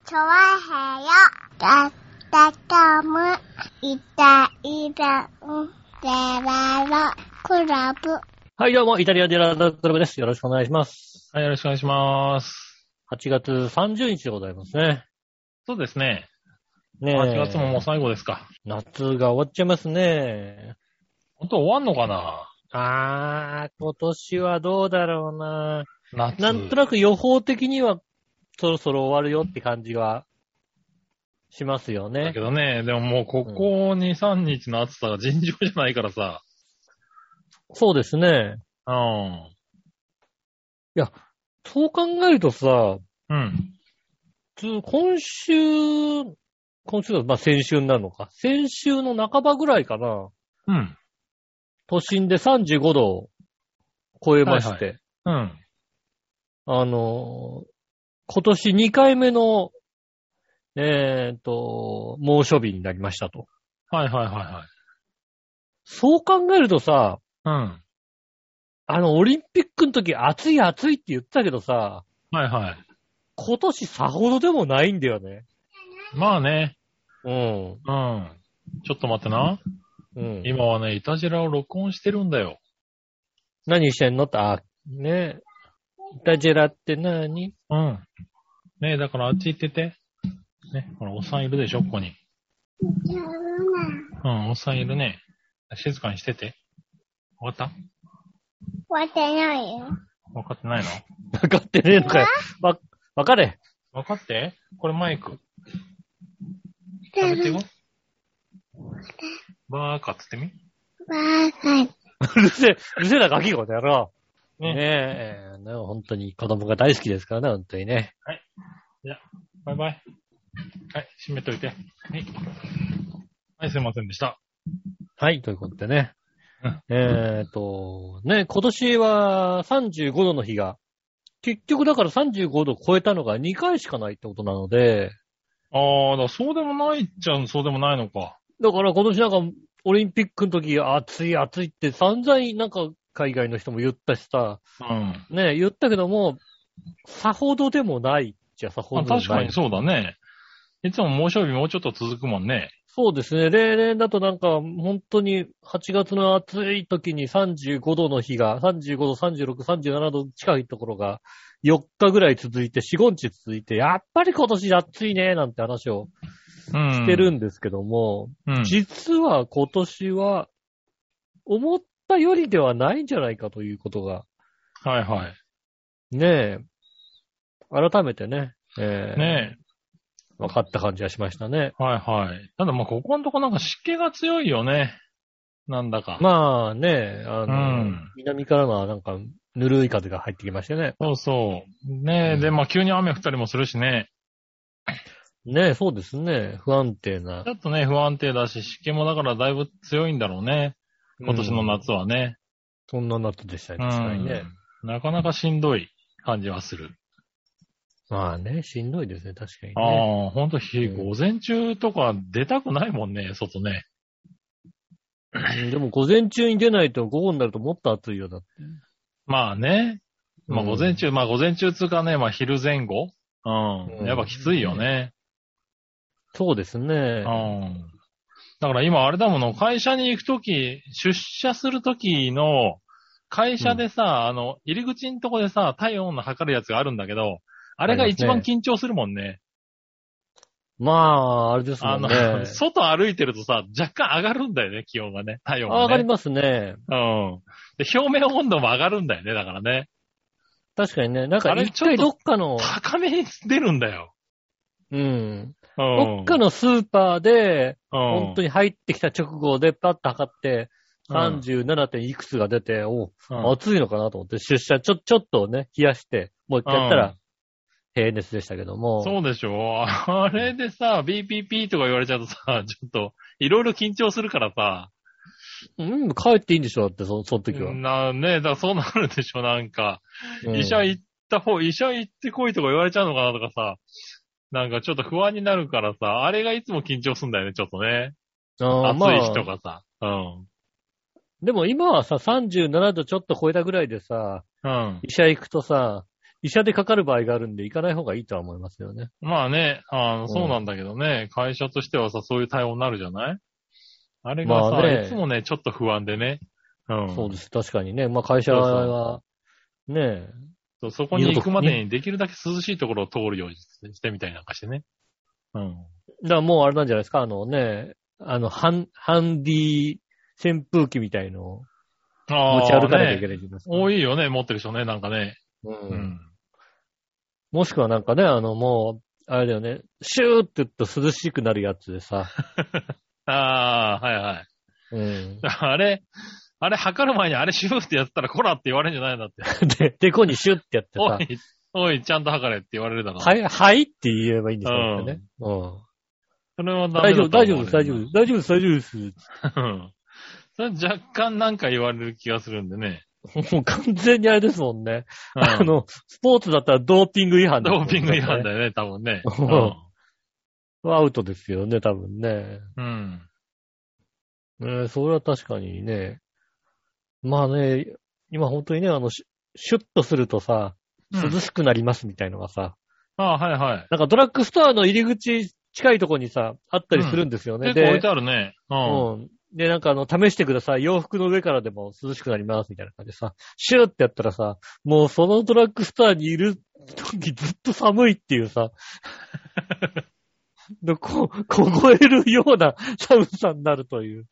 チョワヘヨだったかむいたいらんでららクラブ。 はい、どうも、イタリアデララクラブです。よろしくお願いします。 はい、よろしくお願いします。 8月30日でございますね。 そうですね。 ねえ。 8月ももう最後ですか。 夏が終わっちゃいますね。 本当終わんのかな？ 今年はどうだろうな。 夏。 なんとなく予報的にはそろそろ終わるよって感じはしますよね。 だけどね、でももうここ2、3日の暑さが尋常じゃないからさ。 そうですね。 うん。 いや、そう考えるとさ、 うん。 今週は、まあ先週になるのか。先週の半ばぐらいかな。 うん。 都心で35度を超えまして。 はいはい、うん。 今年2回目の、猛暑日になりましたと。 はいはいはいはい。 そう考えるとさ、 うん。 オリンピックの時暑い暑いって言ってたけどさ、 はいはい。 今年さほどでもないんだよね。 まあね。 うん。 うん。ちょっと待ってな。 うん。 今はね、イタジラを録音してるんだよ。 何してんのって、ね。イタジェラって何？ うん。ねえ、だからあっち行ってて。ね、ほら、おっさんいるでしょ、ここに。うん、おっさんいるね。静かにしてて。わかった？ わかってないよ。 わかってないの？ わかってねえのかよ。わかれ。 わかって？これマイク。食べてよ。バーカっつってみ？ わかる。 うるせえなガキゴの野郎。 ねねえ、本当に子供が大好きですからね、本当にね。 はい。じゃあ、バイバイ。はい、閉めといて。はい。はい、すいませんでした。 はい、ということでね。 うん。 ね、今年は35度の日が、結局だから35度超えたのが2回しかないってことなので、 ああ、だそうでもないっちゃそうでもないのか。 だから今年なんかオリンピックの時暑い暑いって散々なんか海外の人も言ったしさ、 うん。 ね、言ったけども、さほどでもないっちゃさほまあ、 どでもない。 確かにそうだね。いつも猛暑日もうちょっと続くもんね。 そうですね。例年だとなんか本当に8月の暑い時に35度の日が、35度、36、37度近いところが4日ぐらい続いて、4、5日続いて、やっぱり今年暑いね、なんて話をしてるんですけども、 うん。 実は今年は思ったよりではないんじゃないかということが、 はいはい。 ねえ、改めてね、 ね分かった感じがしましたね。 え。はいはい。ただまあ、ここのとこなんか湿気が強いよね。なんだか。 まあね、南からのなんか、ぬるい風が入ってきましてね。 そうそう。ねえ、で、まあ急に雨降ったりもするしね。 ねえ、そうですね。不安定な。 ちょっとね、不安定だし、湿気もだからだいぶ強いんだろうね。今年の夏はね。 そんな夏でしたね、確かにね。 なかなかしんどい感じはする。 まあね、しんどいですね、確かにね。 ああ、ほんと午前中とか出たくないもんね、外ね。 でも午前中に出ないと午後になるともっと暑いよ、だって。 まあね。まあ午前中、つうかね、まあ昼前後。うん。やっぱきついよね。 そうですね。 うん。だから今あれだもの、会社に行くとき、出社するときの、会社でさ、入り口のとこでさ、体温の測るやつがあるんだけど、あれが一番緊張するもんね。 まあ、あれですもんね。 外歩いてるとさ、若干上がるんだよね、気温がね。体温がね。 上がりますね。 うん。で、表面温度も上がるんだよね、だからね。 確かにね、なんか一回どっかの。 高めに出るんだよ。 うん。どっかのスーパーで、本当に入ってきた直後でパッと測って、37. 点いくつが出て、暑いのかなと思って、出社ちょっとね、冷やして、もう一回やったら、平熱でしたけども。 そうでしょ？あれでさ、BPP とか言われちゃうとさ、ちょっと、いろいろ緊張するからさ。 帰っていいんでしょだって、その時は。 だからそうなるでしょ、なんか。医者行ってこいとか言われちゃうのかなとかさ。なんかちょっと不安になるからさ、あれがいつも緊張するんだよね、ちょっとね。暑い日とかさ。 でも今はさ、37度ちょっと超えたぐらいでさ、医者行くとさ、 医者でかかる場合があるんで、行かない方がいいとは思いますよね。 まあね、そうなんだけどね、会社としてはさ、そういう対応になるじゃない？あれがさ、 まあねいつもね、ちょっと不安でね。うん。 そうです。確かにね。まあ会社は、ねそこに行くまでにできるだけ涼しいところを通るようにしてみたりなんかしてね。うん。 だからもうあれなんじゃないですか。ハンディ扇風機みたいのを持ち歩かなきゃいけないじゃないですか。 多いよね、持ってる人ね、なんかね。 ううん。 もしくはなんかね、もう、あれだよね、シューって言うと涼しくなるやつでさ。 ああ、はいはい。 うん。 あれ測る前にあれシューってやったらこらって言われるんじゃないんだって。 でこにシュッってやってさ。 おい、ちゃんと測れって言われるだろう。 はいって言えばいいんですよね。うん。 それはダメだと大丈夫です。 それ若干なんか言われる気がするんでね。 もう完全にあれですもんね。スポーツだったらドーピング違反だよね。ドーピング違反だよね、多分ね。 アウトですよね、多分ね。 うん。 それは確かにね。まあね、今本当にね、シュッとするとさ、涼しくなりますみたいのがさ。 はいはい。 なんかドラッグストアの入り口近いとこにさ、あったりするんですよね。 結構置いてあるね。 うん。で、なんか試してください。洋服の上からでも涼しくなりますみたいな感じでさ、シューってやったらさ、もうそのドラッグストアにいる時ずっと寒いっていうさ、凍えるような寒さになるという。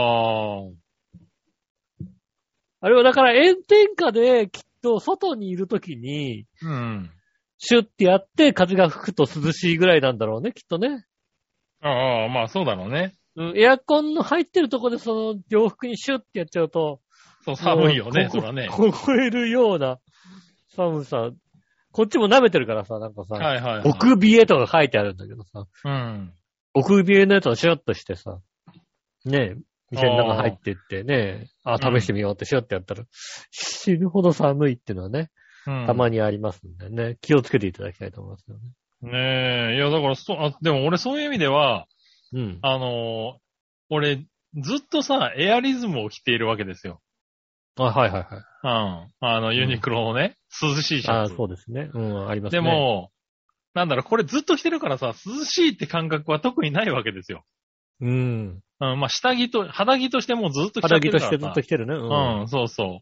あれはだから炎天下できっと外にいる時に、 うん。 シュッてやって風が吹くと涼しいぐらいなんだろうね、きっとね。 ああ、まあそうだろうね。 エアコンの入ってるとこでその洋服にシュッてやっちゃうと、 そう、寒いよね、そらね。 凍えるような寒さ。こっちも舐めてるからさ、なんかさ、 はいはいはい、 奥冷えとか書いてあるんだけどさ、 うん。 奥冷えのやつをシュッとしてさ、ねえ、店の中入ってってね、試してみようってシュッてやったら、死ぬほど寒いっていうのはね、たまにありますんでね、気をつけていただきたいと思いますよね。 ねえ、いやだからでも俺そういう意味では、 うん。 俺、ずっとさ、エアリズムを着ているわけですよ。 はいはいはい。 ユニクロのね、涼しいシャツ。 そうですね。ありますね。 でも、なんだろう、これずっと着てるからさ、涼しいって感覚は特にないわけですよ。まあ、肌着としてもずっと着てるからさ。 肌着としてずっと着てるね。 そうそう。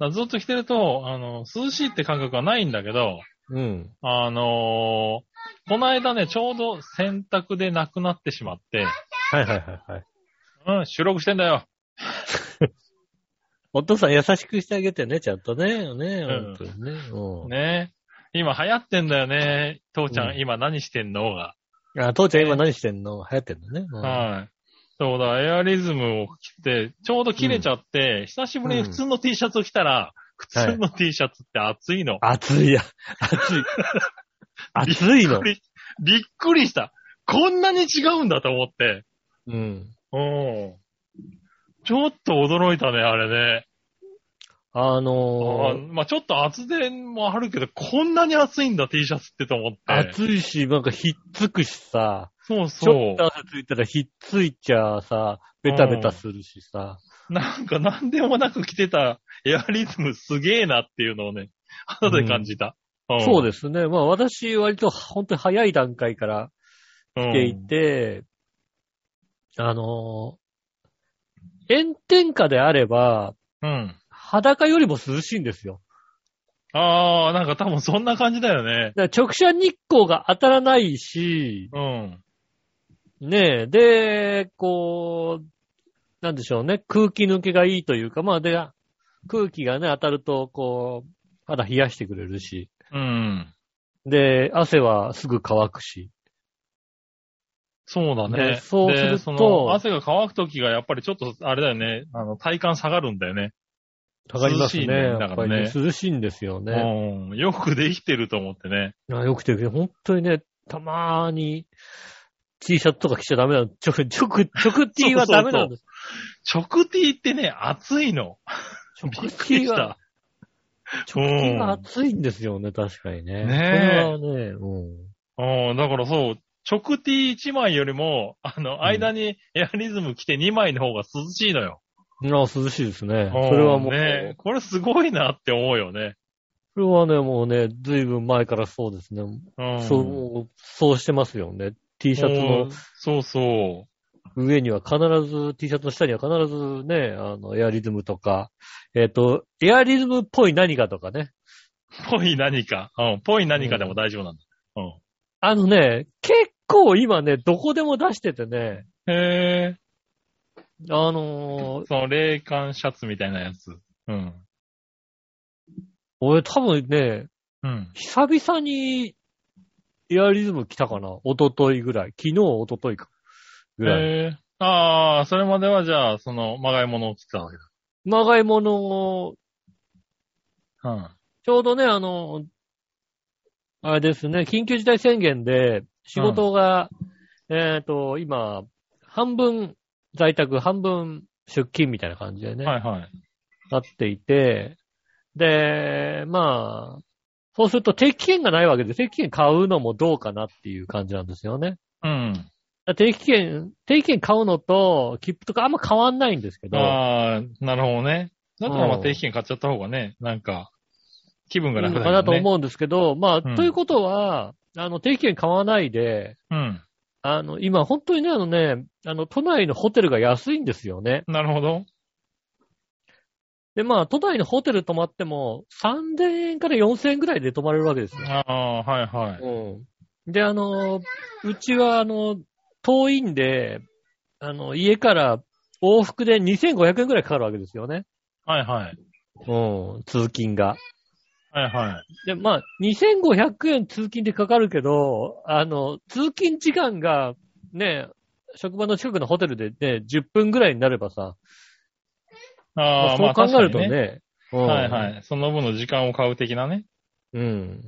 ずっと着てると、涼しいって感覚はないんだけど、この間ね、ちょうど洗濯でなくなってしまって。 はいはいはい。 収録してんだよ。 お父さん優しくしてあげてね、ちゃんとね。本当にね。 ね。今流行ってんだよね。父ちゃん、今何してんのが。 父ちゃん今何してんの流行ってんのね。 はい。そうだ、エアリズムを着て、ちょうど切れちゃって、久しぶりに普通の T シャツを着たら、普通の T シャツって暑いの。 暑いや。暑いの。 びっくりした。こんなに違うんだと思って。ちょっと驚いたね、あれね。まあちょっと厚手もあるけど、こんなに暑いんだ T シャツってと思って。 暑いし、なんかひっつくしさ。 そうそう。 ちょっと汗ついたらひっついちゃさ、ベタベタするしさ。 なんかなんでもなく着てたエアリズムすげえなっていうのをね、後で感じた。 そうですね。まあ私割と本当に早い段階から着ていて、炎天下であれば、裸よりも涼しいんですよ。 なんか多分そんな感じだよね。 だから直射日光が当たらないし、ねえ、で、なんでしょうね、空気抜けがいいというか、まあで、空気がね、当たると、肌冷やしてくれるし、で、汗はすぐ乾くし。 そうだね。 そうすると、 汗が乾くときがやっぱりちょっと、あれだよね、体感下がるんだよね。 下がりますね。だからね。涼しいんですよね。 よくできてると思ってね。 よくできてる。本当にね、たまーに T シャツとか着ちゃダメなの。直 T はダメなんです。 直 T ってね、暑いの。 直 T は、暑いんですよね、確かにね。 ねえ。それはね、 だからそう、直 T1 枚よりも、間にエアリズム着て2枚の方が涼しいのよ。 涼しいですね。それはもう。 ね、これすごいなって思うよね。 これはね、もうね、ずいぶん前からそうですね。そうしてますよね。T シャツのそうそう。 上には必ず、T シャツの下には必ずね、エアリズムとか、エアリズムっぽい何かとかね。 ぽい何か。ぽい何かでも大丈夫なんだ。 結構今ね、どこでも出しててね。 へその冷感シャツみたいなやつ。うん。 俺多分ね、 うん。 久々にエアリズム来たかな。一昨日ぐらい。昨日、一昨日か。ぐらい。 ああ、それまではじゃあ、その、まがいものを着てたわけだ。 まがいものを、 うん。 ちょうどね、あれですね、緊急事態宣言で仕事が、今、半分在宅、半分出勤みたいな感じでね、 はいはい。 なっていて、で、まあ、そうすると定期券がないわけで、定期券買うのもどうかなっていう感じなんですよね。 うん。 定期券買うのと、切符とかあんま変わんないんですけど。 ああ、なるほどね。だったらまあ定期券買っちゃった方がね、なんか、気分が楽だよね。 かなと思うんですけど、まあ、 うんということは、定期券買わないで、 うん。 今本当にね、都内のホテルが安いんですよね。 なるほど。 で、まあ、都内のホテル泊まっても、3000円から4000円ぐらいで泊まれるわけですよ。 ああ、はいはい。 うん。で、うちは、遠いんで、家から往復で2500円ぐらいかかるわけですよね。 はいはい。 通勤が。 はいはい。 で、まあ、2500円通勤でかかるけど、通勤時間が、ね、職場の近くのホテルでね、10分ぐらいになればさ、 ああ、 そう考えるとまあね、 はいはい。その分の時間を買う的なね。 うん。 うん。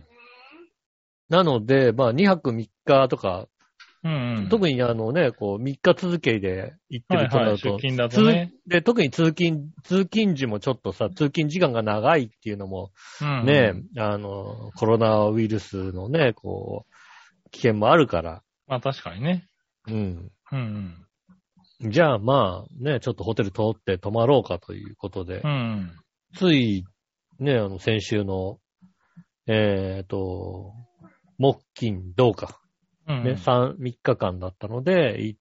なので、まあ、2泊3日とか、 うんうん。 特にこう、3日続けで行ってるとなると、 はいはい、出勤だとね。 で、特に通勤時もちょっとさ、通勤時間が長いっていうのも、 うんうん、 ね、コロナウイルスのね、こう、危険もあるから。 まあ確かにね。 うん。 うんじゃあまあ、ね、ちょっとホテル通って泊まろうかということで、 うん。うんつい、ね、先週の、木金土か。 うん。 ね、3日間だったので、行って、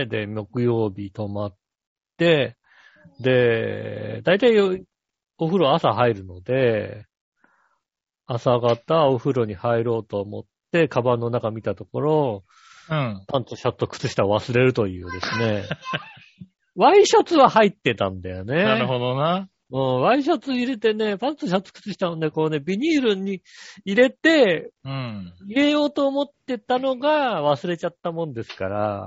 で、木曜日泊まって、で、だいたいお風呂朝入るので、朝方お風呂に入ろうと思って、カバンの中見たところ、 うん。 パンツ、シャツと靴下を忘れるというですね。ワイシャツは入ってたんだよね。 なるほどな。 ワイシャツ入れてね、パンツ、シャツ、靴下をね、こうね、ビニールに入れて、 うん。 入れようと思ってたのが忘れちゃったもんですから。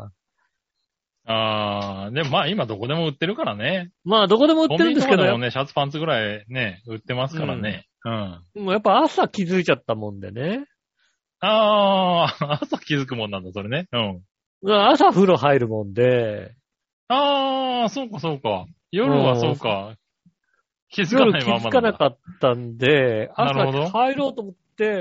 ああ、でもまあ今どこでも売ってるからね。 まあ、どこでも売ってるんですけど、 コンビニとかでもね、シャツパンツぐらいね、売ってますからね。うん。 もうやっぱ朝気づいちゃったもんでね。 ああ、朝気づくもんなんだ、それね。うん。 朝風呂入るもんで。 ああ、そうかそうか。夜はそうか。気づか夜気ないまんまづかなかったんで、 なるほど朝入ろうと思って、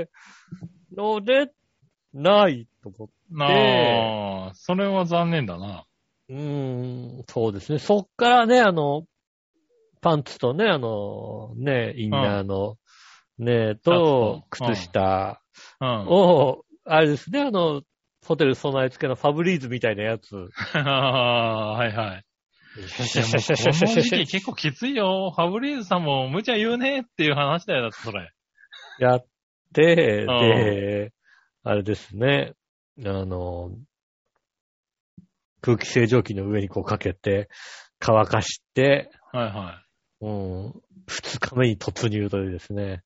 ので、ないと思って。 ああ、それは残念だな。 そうですね。そっからね、パンツとね、インナーの、靴下を、あれですね、ホテル備え付けのファブリーズみたいなやつ。 はいはい。この時期結構きついよ。ファブリーズさんも無茶言うねっていう話だよ、だってそれ。 やって、で、あれですね、空気清浄機の上にこうかけて、乾かして、 はいはい。 2日目に突入というですね。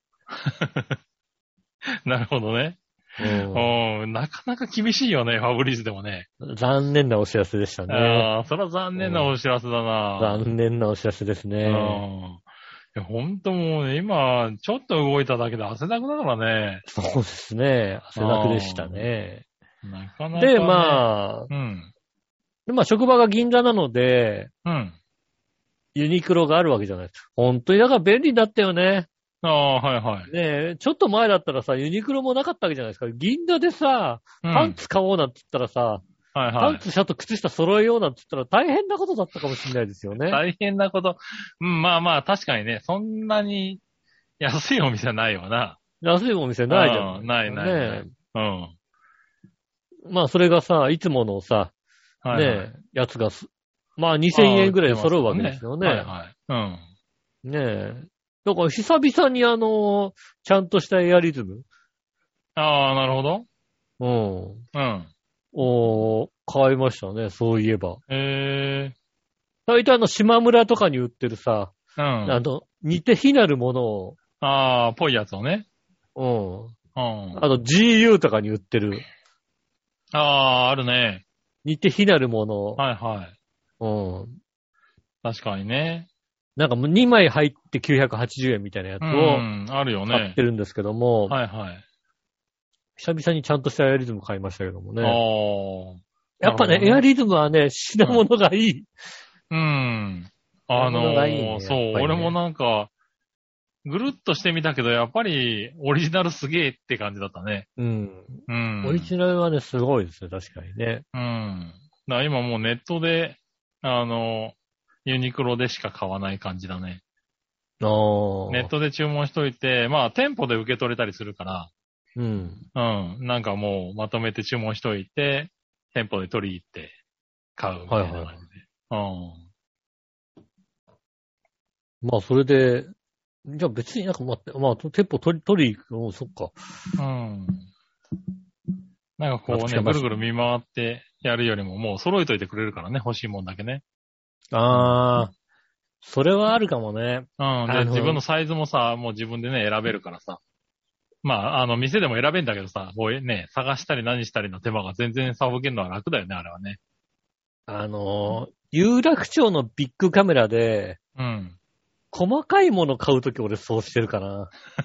なるほどね。なかなか厳しいよね、ファブリーズでもね。 残念なお知らせでしたね。 ああ、それは残念なお知らせだな。 残念なお知らせですね。 ほんともうね、今、ちょっと動いただけで汗だくだからね。 そうですね。汗だくでしたね。 なかなか、ね。 で、まあ、職場が銀座なので、ユニクロがあるわけじゃないですか。本当にだから便利だったよね。 ああ、はいはい。 ねえ、ちょっと前だったらさ、ユニクロもなかったわけじゃないですか。銀座でさ、パンツ買おうなんて言ったらさ、パンツ、シャツ、靴下揃えようなんて言ったら大変なことだったかもしれないですよね。 大変なこと。まあまあ、確かにね、そんなに、 安いお店はないわな。 安いお店ないじゃん。 ないないない。 ねうん。 まあ、それがさ、いつものさ、 はいはい、 ねやつがまあ、2000円ぐらいで揃うわけですよね。 はいはい。うん。 ねえ。だから、久々にちゃんとしたエアリズム。 ああ、なるほど。 うん。 うん。 買いましたね、そういえば。 へえ。 大体島村とかに売ってるさ、 うん。 似て非なるものを、 ああ、ぽいやつをね。 うん。 うん。 GU とかに売ってる、 ああ、あるね。 似て非なるもの、 はいはい。 うん。 確かにね。 なんかもう2枚入って980円みたいなやつうをん、あるよね。 買ってるんですけども、 はいはい。 久々にちゃんとしたエアリズム買いましたけどもね。 ああ。 やっぱね、エアリズムはね、品物がいい。 うん。 品物がいいね。 そう、 ね、 俺もなんか、ぐるっとしてみたけど、やっぱりオリジナルすげえって感じだったね。 うん。 うん。 オリジナルはね、すごいですね、確かにね。 うん。だから今もうネットで、ユニクロでしか買わない感じだね。 ああ。 ネットで注文しといて、まあ店舗で受け取れたりするから、 うん。 うん。なんかもうまとめて注文しといて、店舗で取り入って買うみたいな感じで。はい、 うん。まあ、それで、じゃあ別になんか待って、まあ、店舗取り行く、うん、そっか。 うん。なんかこうね、ぐるぐる見回ってやるよりももう揃えといてくれるからね、欲しいもんだけね。 ああ、それはあるかもね。 うん。で、自分のサイズもさ、もう自分でね、選べるからさ。まあ、店でも選べんだけどさ、こうね、探したり何したりの手間が全然省けるのは楽だよね、あれはね。 有楽町のビッグカメラで、 うん。 細かいもの買うとき俺そうしてるかな。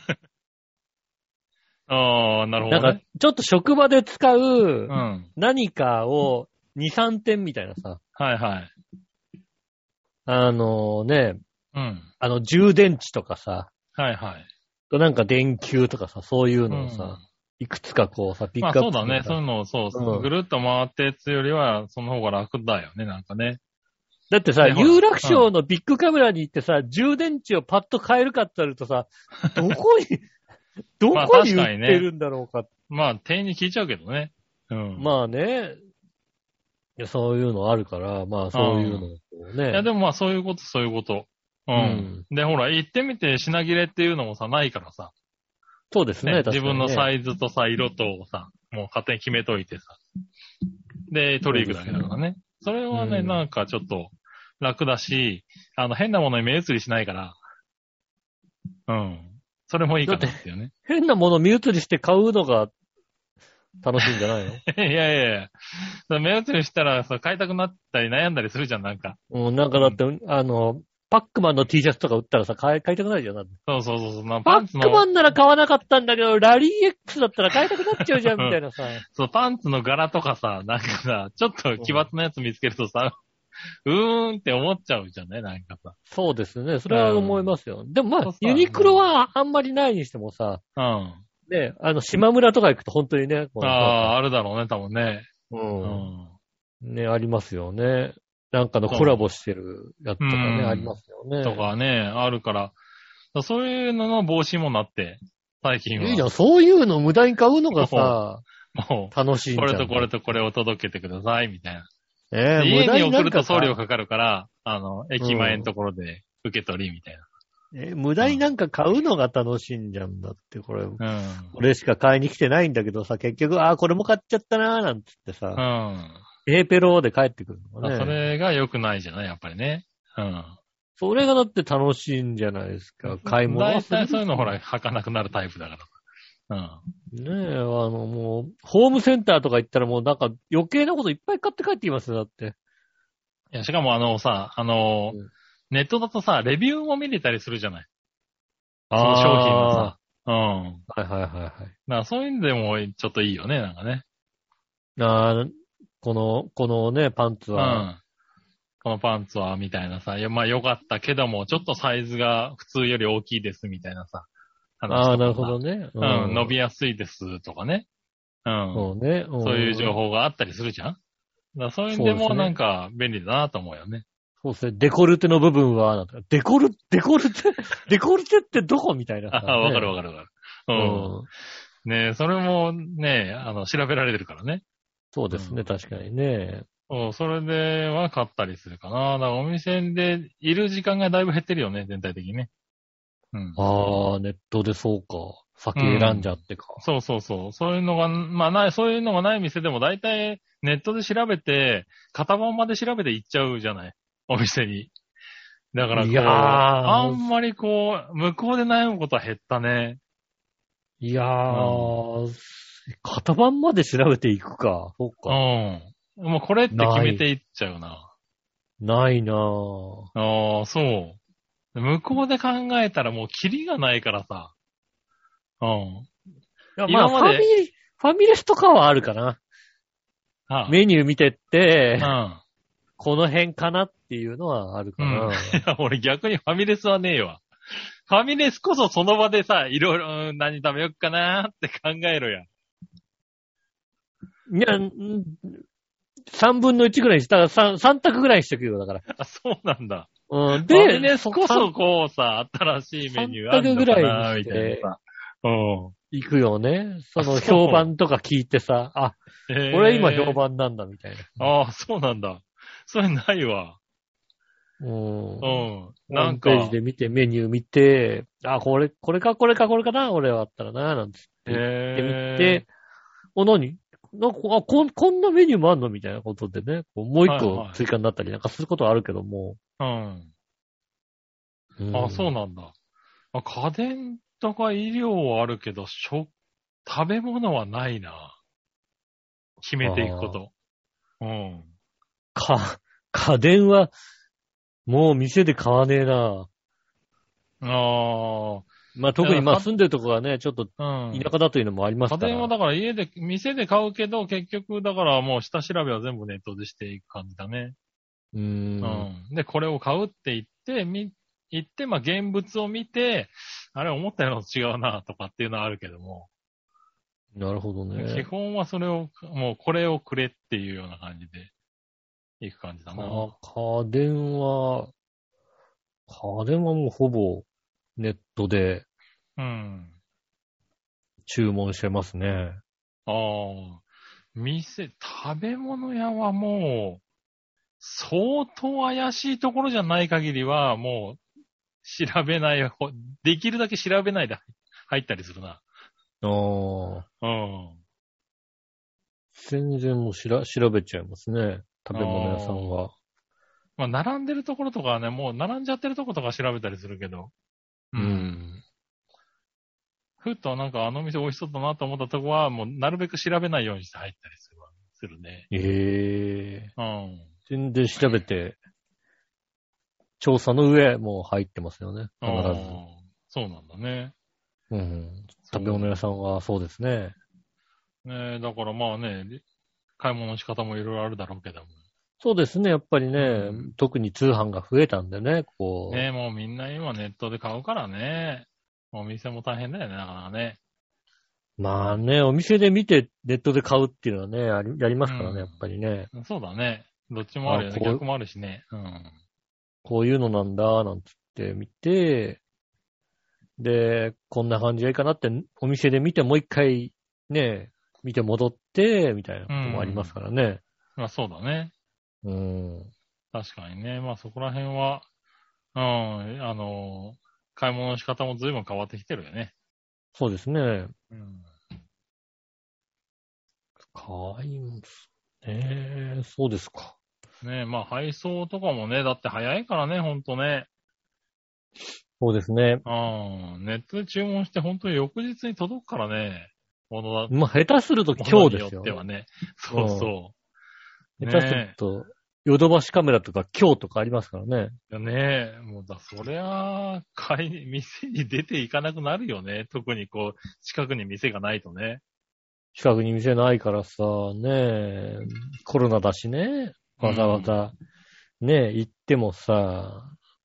ああ、なるほどね。 なんか、ちょっと職場で使う、 うん。 何かを2、3点みたいなさ。 はいはい。 ね、 うん。 充電池とかさ、 はいはい。 なんか電球とかさ、そういうのをさ、いくつかこうさ、ピッまあクアップそうだね。そういうのをそう、ぐるっと回ってやつよりは、その方が楽だよね、なんかね。 だってさ、有楽町のビッグカメラに行ってさ、充電池をパッと買えるかって言われるとさ、どこに売ってるんだろうか。 まあ、店員に聞いちゃうけどね。うん。 まあね。いや、そういうのあるから、まあそういうのをね。 いや、でもまあそういうこと。うん。で、ほら、行ってみて品切れっていうのもさ、ないからさ。 そうですね、 自分のサイズとさ、色とさ、もう勝手に決めといてさ。で、取り行くだけだからね。それはね、なんかちょっと楽だし、変なものに目移りしないから。うん。それもいいかなっていうね。 変なもの目移りして買うのが楽しいんじゃないの？ いやいや。目移りしたらさ、買いたくなったり悩んだりするじゃん、なんか。 なんかだって、パックマンの T シャツとか売ったらさ、買いたくないじゃん。 そう。 パックマンなら買わなかったんだけど、ラリー X だったら買いたくなっちゃうじゃん、みたいなさ。 そう、パンツの柄とかさ、なんかさ、ちょっと奇抜なやつ見つけるとさ、って思っちゃうじゃんね、なんかさ。 そうですね。それは思いますよ。でもまあ、ユニクロはあんまりないにしてもさ、 うん。 ね、島村とか行くと本当にね。 あるだろうね、多分ね。 ね、ありますよね。なんかのコラボしてるやつとかね、ありますよね。 とかね、あるから、そういうのの防止もなって、最近は。 いいじゃん、そういうの無駄に買うのがさ、 もう、 楽しいんじゃん。 これとこれとこれを届けてください、みたいな。 家に送ると送料かかるから、駅前のところで受け取り、みたいな。 無駄になんか買うのが楽しいんじゃんだって、これ。俺しか買いに来てないんだけどさ、結局、これも買っちゃったなーなんつってさ、ペロで帰ってくるのかね。 それが良くないじゃない、やっぱりね。 それがだって楽しいんじゃないですか、買い物は。 大体そういうのほら、履かなくなるタイプだから。 ねえ、もう、ホームセンターとか行ったらもうなんか余計なこといっぱい買って帰ってきますよ、だって。 いや、しかもネットだとさ、レビューも見れたりするじゃない。その商品のさ。 はい。 そういうのでもちょっといいよね、なんかね。 このね、パンツは。 このパンツは、みたいなさ。まあ良かったけども、ちょっとサイズが普通より大きいです、みたいなさ。 なるほどね。 伸びやすいです、とかね。 そうね。 そういう情報があったりするじゃん。そういうのでもなんか便利だなと思うよね。 そうですね。デコルテの部分は、なんかデコルテってどこみたいな、ね。 わかるわかるわかる。 うん。 ねえ、それもね、調べられてるからね。 そうですね、確かにね。 それでは買ったりするかな。だからお店でいる時間がだいぶ減ってるよね、全体的にね。うん。 ああ、ネットでそうか。先選んじゃってか。 そうそうそう。そういうのが、まあない、そういうのがない店でも大体ネットで調べて、型番まで調べて行っちゃうじゃない。お店に。だからこう、 いやーあんまりこう、向こうで悩むことは減ったね。 いやー、型番まで調べていくか。そっか。 もうこれって決めていっちゃうな。 ないなぁ。 ああ、そう。向こうで考えたらもうキリがないからさ。 いや、まあ、 今までファミレスとかはあるかな。メニュー見てって、この辺かなっていうのはあるかな。 いや、俺逆にファミレスはねえわ。ファミレスこそその場でさ、いろいろ、何食べよっかなーって考えろや。 いや、3分の1ぐらいにしたら3択ぐらいにしとくよ、だから。 あ、そうなんだ。 うん。 ファミレスこそこうさ、新しいメニューあるのかなみたいなさ。 行くよね。その評判とか聞いてさ、俺今評判なんだみたいな。 ああ、そうなんだ。それないわ。なんか。 ページで見て、メニュー見て、これかな俺はあったらな、なんつって言ってみて、何なんかこんなメニューもあんのみたいなことでね、もう一個追加になったりなんかすることはあるけども。 そうなんだ。家電とか医療はあるけど、食べ物はないな。決めていくこと。 家電は、もう店で買わねえな。まあ特に住んでるとこがね、ちょっと田舎だというのもありますから。 家電はだから店で買うけど、結局だからもう下調べは全部ネットでしていく感じだね。で、これを買うって言って、まあ現物を見て、あれ思ったより違うなとかっていうのはあるけども。 なるほどね。 基本はそれを、もうこれをくれっていうような感じでいく感じだな。 家電はもうほぼネットで注文してますね。 食べ物屋はもう、相当怪しいところじゃない限りは、もう、調べない、できるだけ調べないで入ったりするな。 全然もう調べちゃいますね。食べ物屋さんは。 まあ、並んでるところとかはね、もう並んじゃってるところとか調べたりするけど。ふっとなんかあの店美味しそうだなと思ったとこは、もうなるべく調べないようにして入ったりするね。 全然調べて、調査の上、もう入ってますよね。必ず。 そうなんだね。 食べ物屋さんはそうですね。 だからまあね、買い物の仕方もいろいろあるだろうけども。 そうですね、やっぱりね、特に通販が増えたんでね、 もうみんな今ネットで買うからね。お店も大変だよね、なかなかね。 まあね、お店で見てネットで買うっていうのはね、やりますからね、やっぱりね。 そうだね。どっちもあるよね。逆もあるしね。 こういうのなんだ、なんつって見て、で、こんな感じがいいかなって、お店で見てもう一回ね、見て戻って、みたいなこともありますからね。 まあそうだね。確かにね。まあそこら辺は、買い物の仕方も随分変わってきてるよね。 そうですね。買い物、そうですか。 まあ配送とかもね、だって早いからね、ほんとね。 そうですね。 ネットで注文して本当に翌日に届くからね。 まあ下手すると今日ですよ。 によってはね。そうそう。 下手すると、ヨドバシカメラとか今日とかありますからね。 もうそりゃ、店に出ていかなくなるよね。特に近くに店がないとね。 近くに店ないからさ、コロナだしね。わざわざ、行ってもさ、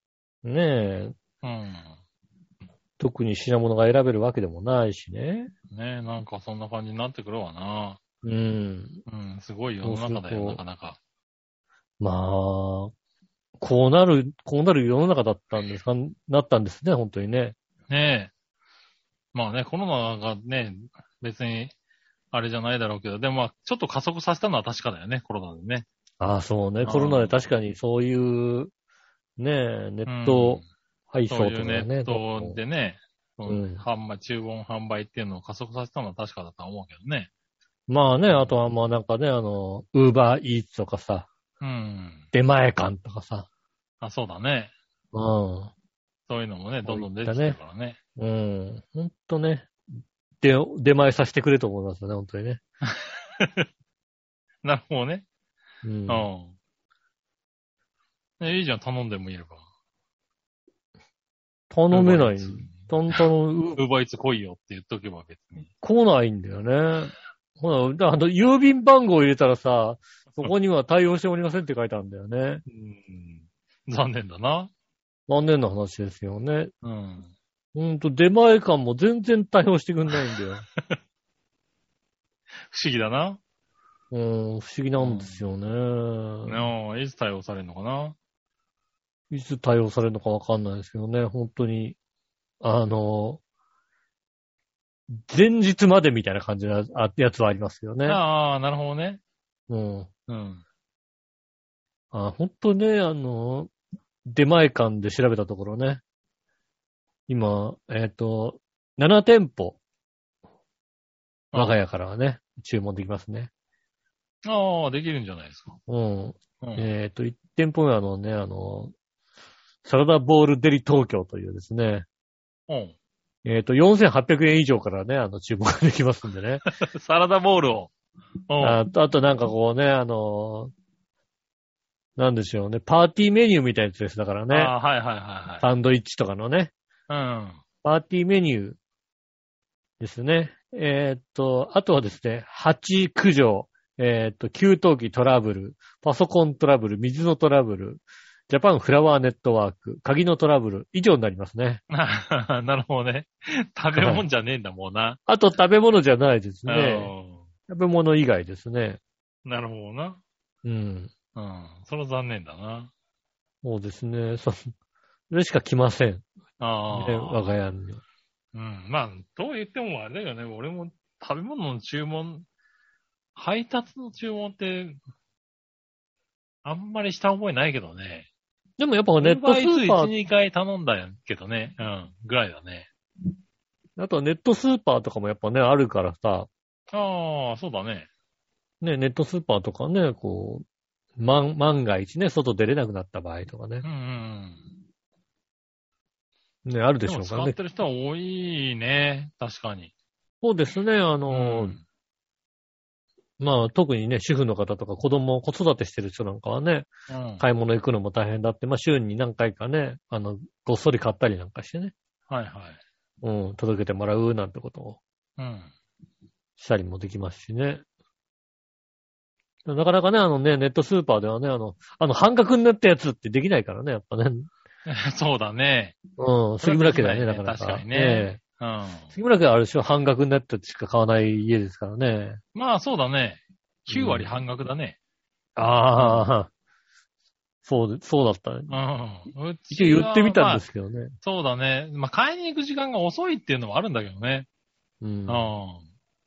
特に品物が選べるわけでもないしね。 なんかそんな感じになってくるわな。すごい世の中だよ、なかなか。 まあ、 こうなる世の中だったんですか、なったんですね、本当にね。 ねえ。まあね、コロナがね、別に、あれじゃないだろうけど、でもまあ、ちょっと加速させたのは確かだよね、コロナでね。 ああ、そうね。 うんコロナで確かにそういう、ねえ、ネッうんト配そう送とかいうネッね。 トでね、 うん注文販売っていうのを加速させたのは確かだとは思うけどね。 まあね、あとはまあなんかね、ウーバーイーツとかさ、 うん。 出前館とかさ、 あ、そうだね。 うん。 そういうのもね、どんどん出てきてるからね。 うん。ほんとね、出前させてくれと思いますよね、本当にね。 なるほどね。 うん。 いいじゃん、頼んでもいいのか。 頼めない。 ウトンーバーイーツ来いよって言っとけば別に。 来ないんだよね。ほら、郵便番号を入れたらさ、そこには対応しておりませんって書いてあるんだよね。 残念だな。 残念な話ですよね。 うん。 出前館も全然対応してくんないんだよ。 不思議だな。 不思議なんですよね。 いつ対応されるのかな。 いつ対応されるのかわかんないですけどね、本当に。前日までみたいな感じのやつはありますよね。 ああ、なるほどね。 うん。 うん。 本当ね、出前館で調べたところね、今、7店舗、我が家からはね、注文できますね。 ああ、できるんじゃないですか。 うん。 うん。 1店舗目はサラダボールデリ東京というですね、 うん 4800円以上からね、注文ができますんでね。 サラダボールを。 あとなんかこうね、なんでしょうね、パーティーメニューみたいなやつです。だからね、 ああ、はいはいはいサンドイッチとかのね、 はい。 パーティーメニューですね。あとはですね、8駆除、給湯器トラブル、パソコントラブル、水のトラブル、ジャパンフラワーネットワーク、鍵のトラブル、以上になりますね。 なるほどね。食べ物じゃねえんだもんな。 あと食べ物じゃないですね。 う食べ物以外ですね。 ん。なるほどな。 うん。 うん。それは残念だな。 そうですね。それしか来ません。 あね、我あ。 が家に。 うん。まあ、と言ってもあれだよね。俺も食べ物の注文、配達の注文って、あんまりした覚えないけどね。 でもやっぱネットスーパ 1、 ー、 2回頼んだけどね。うん。ぐらいだね。 あとはネットスーパーとかもやっぱね、あるからさ、 ああ、そうだね。 ね、ネットスーパーとかね、こう、万が一ね、外出れなくなった場合とかねう、んね、あるででもしょうからね。 使ってる人は多いね。確かに。 そうですね、まあ特にね、主婦の方とか子育てしてる人なんかはね、 うん。 買い物行くのも大変だって、まあ週に何回かね、ごっそり買ったりなんかしてね、 はいはい。 届けてもらうなんてことをうん。 したりもできますしね。なかなかね、ネットスーパーではね、半額になったやつってできないからね、やっぱね。 そうだね。 杉村家だよね、 それはなかなか。 できないね確かにねうん。 杉村家はある種半額になったやつしか買わない家ですからね。 まあそうだね。9割半額だね。 ああ、そうだったね。 うん。うち一応は言ってみたんでまあすけどね。 そうだね。まあ買いに行く時間が遅いっていうのもあるんだけどね。 うん。 ゴ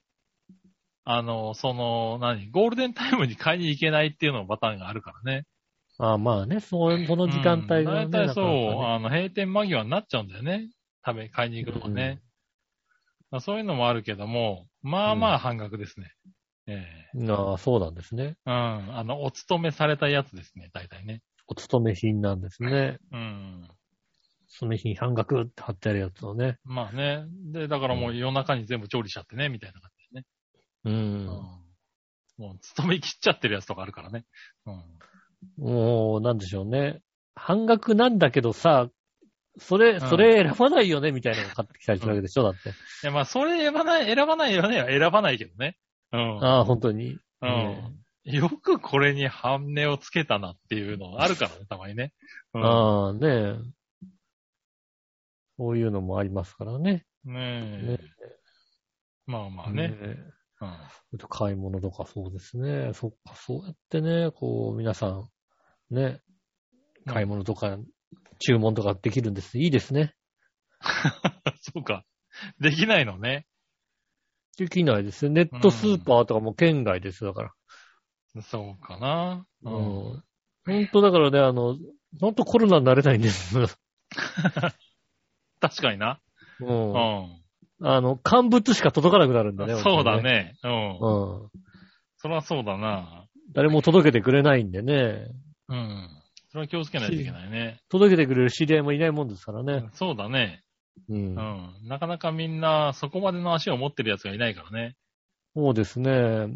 ールデンタイムに買いに行けないっていうのパターンがあるからね。 まあね、その時間帯がね。 大体そう、 なかなかね閉店間際になっちゃうんだよね。買いに行くのはね。まあそういうのもあるけども、まあまあ半額ですね。 そうなんですね。 お勤めされたやつですね、大体ね。 お勤め品なんですね。 うん。 その品半額って貼ってあるやつをね。 まあね。で、だからもう夜中に全部調理しちゃってね、みたいな感じでね。もう勤め切っちゃってるやつとかあるからね。 もう、なんでしょうね。半額なんだけどさ、それ選ばないよね、みたいなのを買ってきたりするわけでしょ、だって。 いや、まあ、それ選ばないよねは選ばないけどね。 本当に。 よくこれに半値をつけたなっていうのあるからね、たまにね。 ねえ。そういうのもありますからね。 ねえ。まあまあね。 買い物とかそうですね。そっか、そうやってね、こう、皆さん、ね、 買い物とか、注文とかできるんです。いいですね。 そうか。できないのね。 できないですよ。ネットスーパーとかも県外ですよ、だから。 そうかな。 ほんとだからね、ほんとコロナになれないんです。 確かにな。 乾物しか届かなくなるんだね。 そうだね。そりゃそうだな。 誰も届けてくれないんでね。 それは気をつけないといけないね。 届けてくれる知り合いもいないもんですからね。 そうだね。なかなかみんなそこまでの足を持ってる奴がいないからね。 そうですね。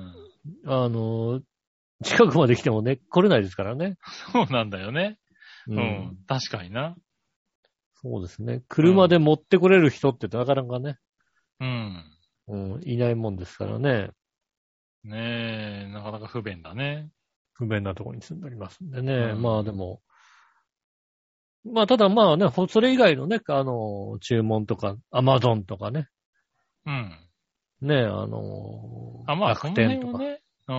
近くまで来てもね、来れないですからね。 そうなんだよね。確かにな。 そうですね。車で持ってこれる人ってなかなかね。いないもんですからね。 ねえ、なかなか不便だね。 不便なところに住んでおりますんでね。まあでも、まあただまあね、それ以外のね、注文とか、アマゾンとかね。ねまあ楽天とか。 ね。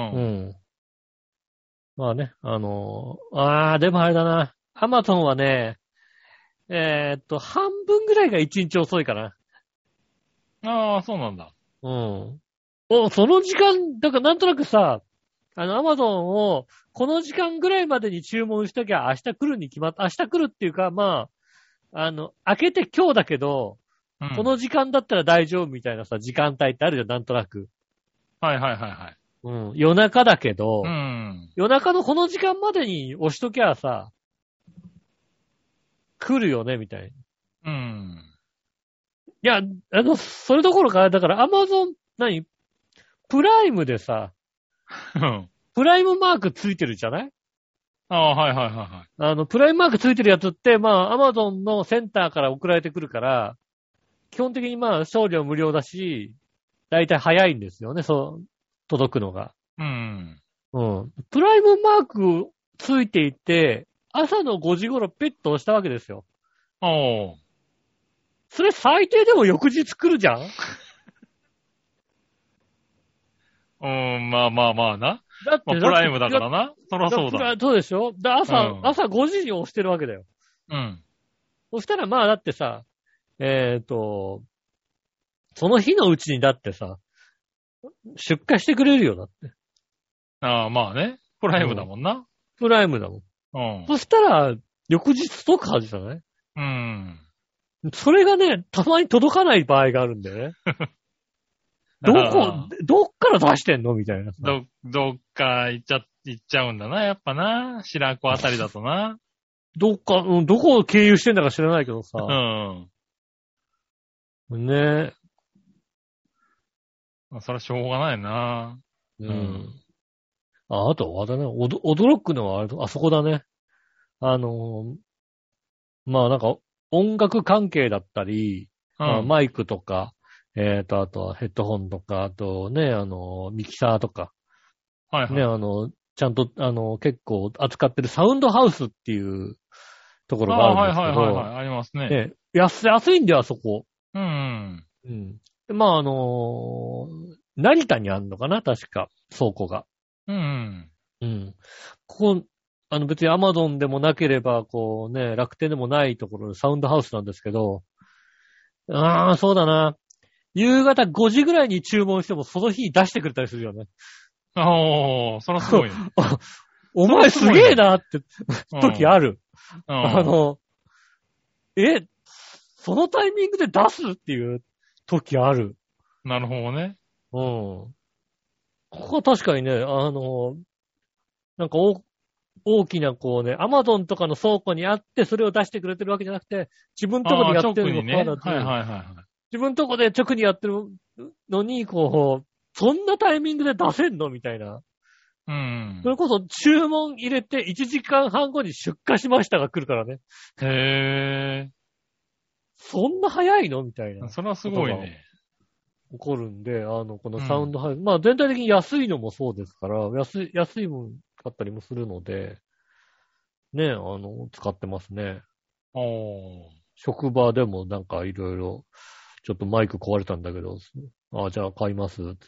まあね、でもあれだな。アマゾンはね、半分ぐらいが1日遅いかな。 ああ、そうなんだ。 その時間、だからなんとなくさ、アマゾンを、この時間ぐらいまでに注文しときゃ明日来るに決まった。明日来るっていうか、まあ、開けて今日だけど、この時間だったら大丈夫みたいなさ、時間帯ってあるじゃん、なんとなく。 はい。 夜中だけど、夜中のこの時間までに押しときゃさ、来るよね、みたいな。いや、それどころか、だからアマゾン、プライムでさ、プライムマークついてるじゃない？プライムマークついてるやつって、まあ、アマゾンのセンターから送られてくるから、基本的にまあ、送料無料だし、だいたい早いんですよね、届くのが。プライムマークついていて、朝の5時頃ペット押したわけですよ。それ最低でも翌日来るじゃん？ まあな。 だって、 プライムだからな。そらそうだ。 そうでしょ？朝5時に押してるわけだよ。そしたらまあだってさ、その日のうちにだってさ、出荷してくれるよ、だって。 まあね。プライムだもんな。 プライムだもん。そしたら、翌日届くはずじゃない？それがね、たまに届かない場合があるんだよね。どっから出してんのみたいな。 どっか行っちゃうんだな、やっぱな。白子あたりだとな。 どこを経由してんだか知らないけどさ。ねえ。それはしょうがないな。 あとはだね、驚くのはあそこだね。まあなんか、音楽関係だったり、マイクとか、あとはヘッドホンとか、あとね、ミキサーとか。ね、ちゃんと、結構扱ってるサウンドハウスっていうところがあるんですけど。 ありますね。 安いんだよ、あそこ。まあ、成田にあるのかな、確か、倉庫が。ここ、別にアマゾンでもなければ、こうね、楽天でもないところのサウンドハウスなんですけど、そうだな。夕方5時ぐらいに注文してもその日に出してくれたりするよね。 そらすごいね。 お前すげえなって時ある。そのタイミングで出すっていう時ある。 なるほどね。 ここは確かにね、なんか大きなこうね、アマゾンとかの倉庫にあってそれを出してくれてるわけじゃなくて、自分のとこでやってるのね。 自分のとこで直にやってるのに、こう、そんなタイミングで出せんのみたいな。それこそ注文入れて1時間半後に出荷しましたが来るからね。 へー。 そんな早いのみたいな。 それはすごいね。 起こるんで、このサウンドハウス、まあ全体的に安いのもそうですから、安いもん買ったりもするので、ね、使ってますね。職場でもなんかいろいろ、ちょっとマイク壊れたんだけど、じゃあ買います、つって。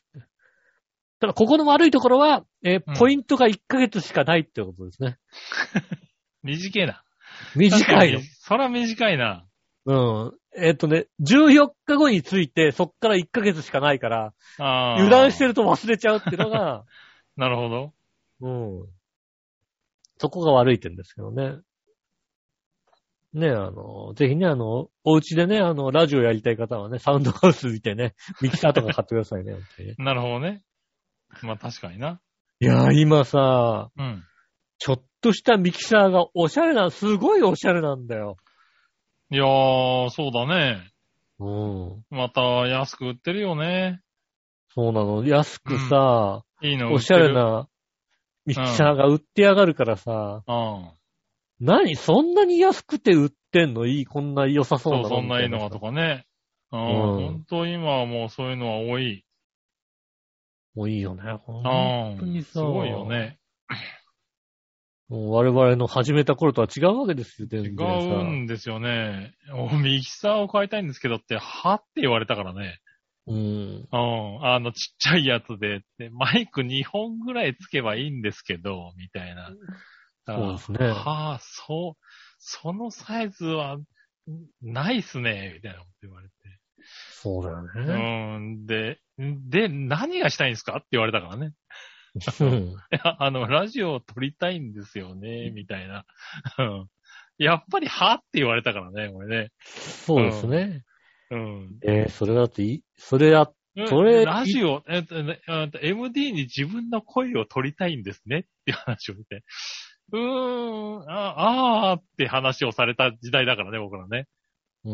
ただ、ここの悪いところは、ポイントが1ヶ月しかないってことですね。 短いな。 短いよ。 そら短いな。 うん。14日後について、そっから1ヶ月しかないから、油断してると忘れちゃうっていうのが、 なるほど。 うん。そこが悪い点ですけどね。ね、ぜひね、お家でね、ラジオやりたい方はね、サウンドハウス見てね、ミキサーとか買ってくださいね、本当にね。 なるほどね。まあ確かにな。 いやー、今さ、 うん。 ちょっとしたミキサーがおしゃれな、すごいおしゃれなんだよ。 いやー、そうだね。 うん。 また安く売ってるよね。 そうなの。安くさ、 いいの売ってる。 おしゃれなミキサーが売ってやがるからさ、 うん。 何そんなに安くて売ってんのこんな良さそうなのそう、そんないいのがとかね。うん。本当今はもうそういうのは多い。 もういいよね。本当にさ。 すごいよね。 もう我々の始めた頃とは違うわけですよ、全然さ。 違うんですよね。ミキサーを買いたいんですけどって、はって言われたからね。 うん。 ちっちゃいやつで、マイク2本ぐらいつけばいいんですけど、みたいな。 そうですね。 はあ、そのサイズは、ないっすね、みたいなこと言われて。 そうだよね。 で、何がしたいんですかって言われたからね。 うん。 いや、ラジオを撮りたいんですよね、みたいな。やっぱり、はって言われたからね、これね。 そうですね。 うん。 それだってそれラジオ、MD に自分の声を撮りたいんですねっていう話を見て。って話をされた時代だからね、僕らね。 うん。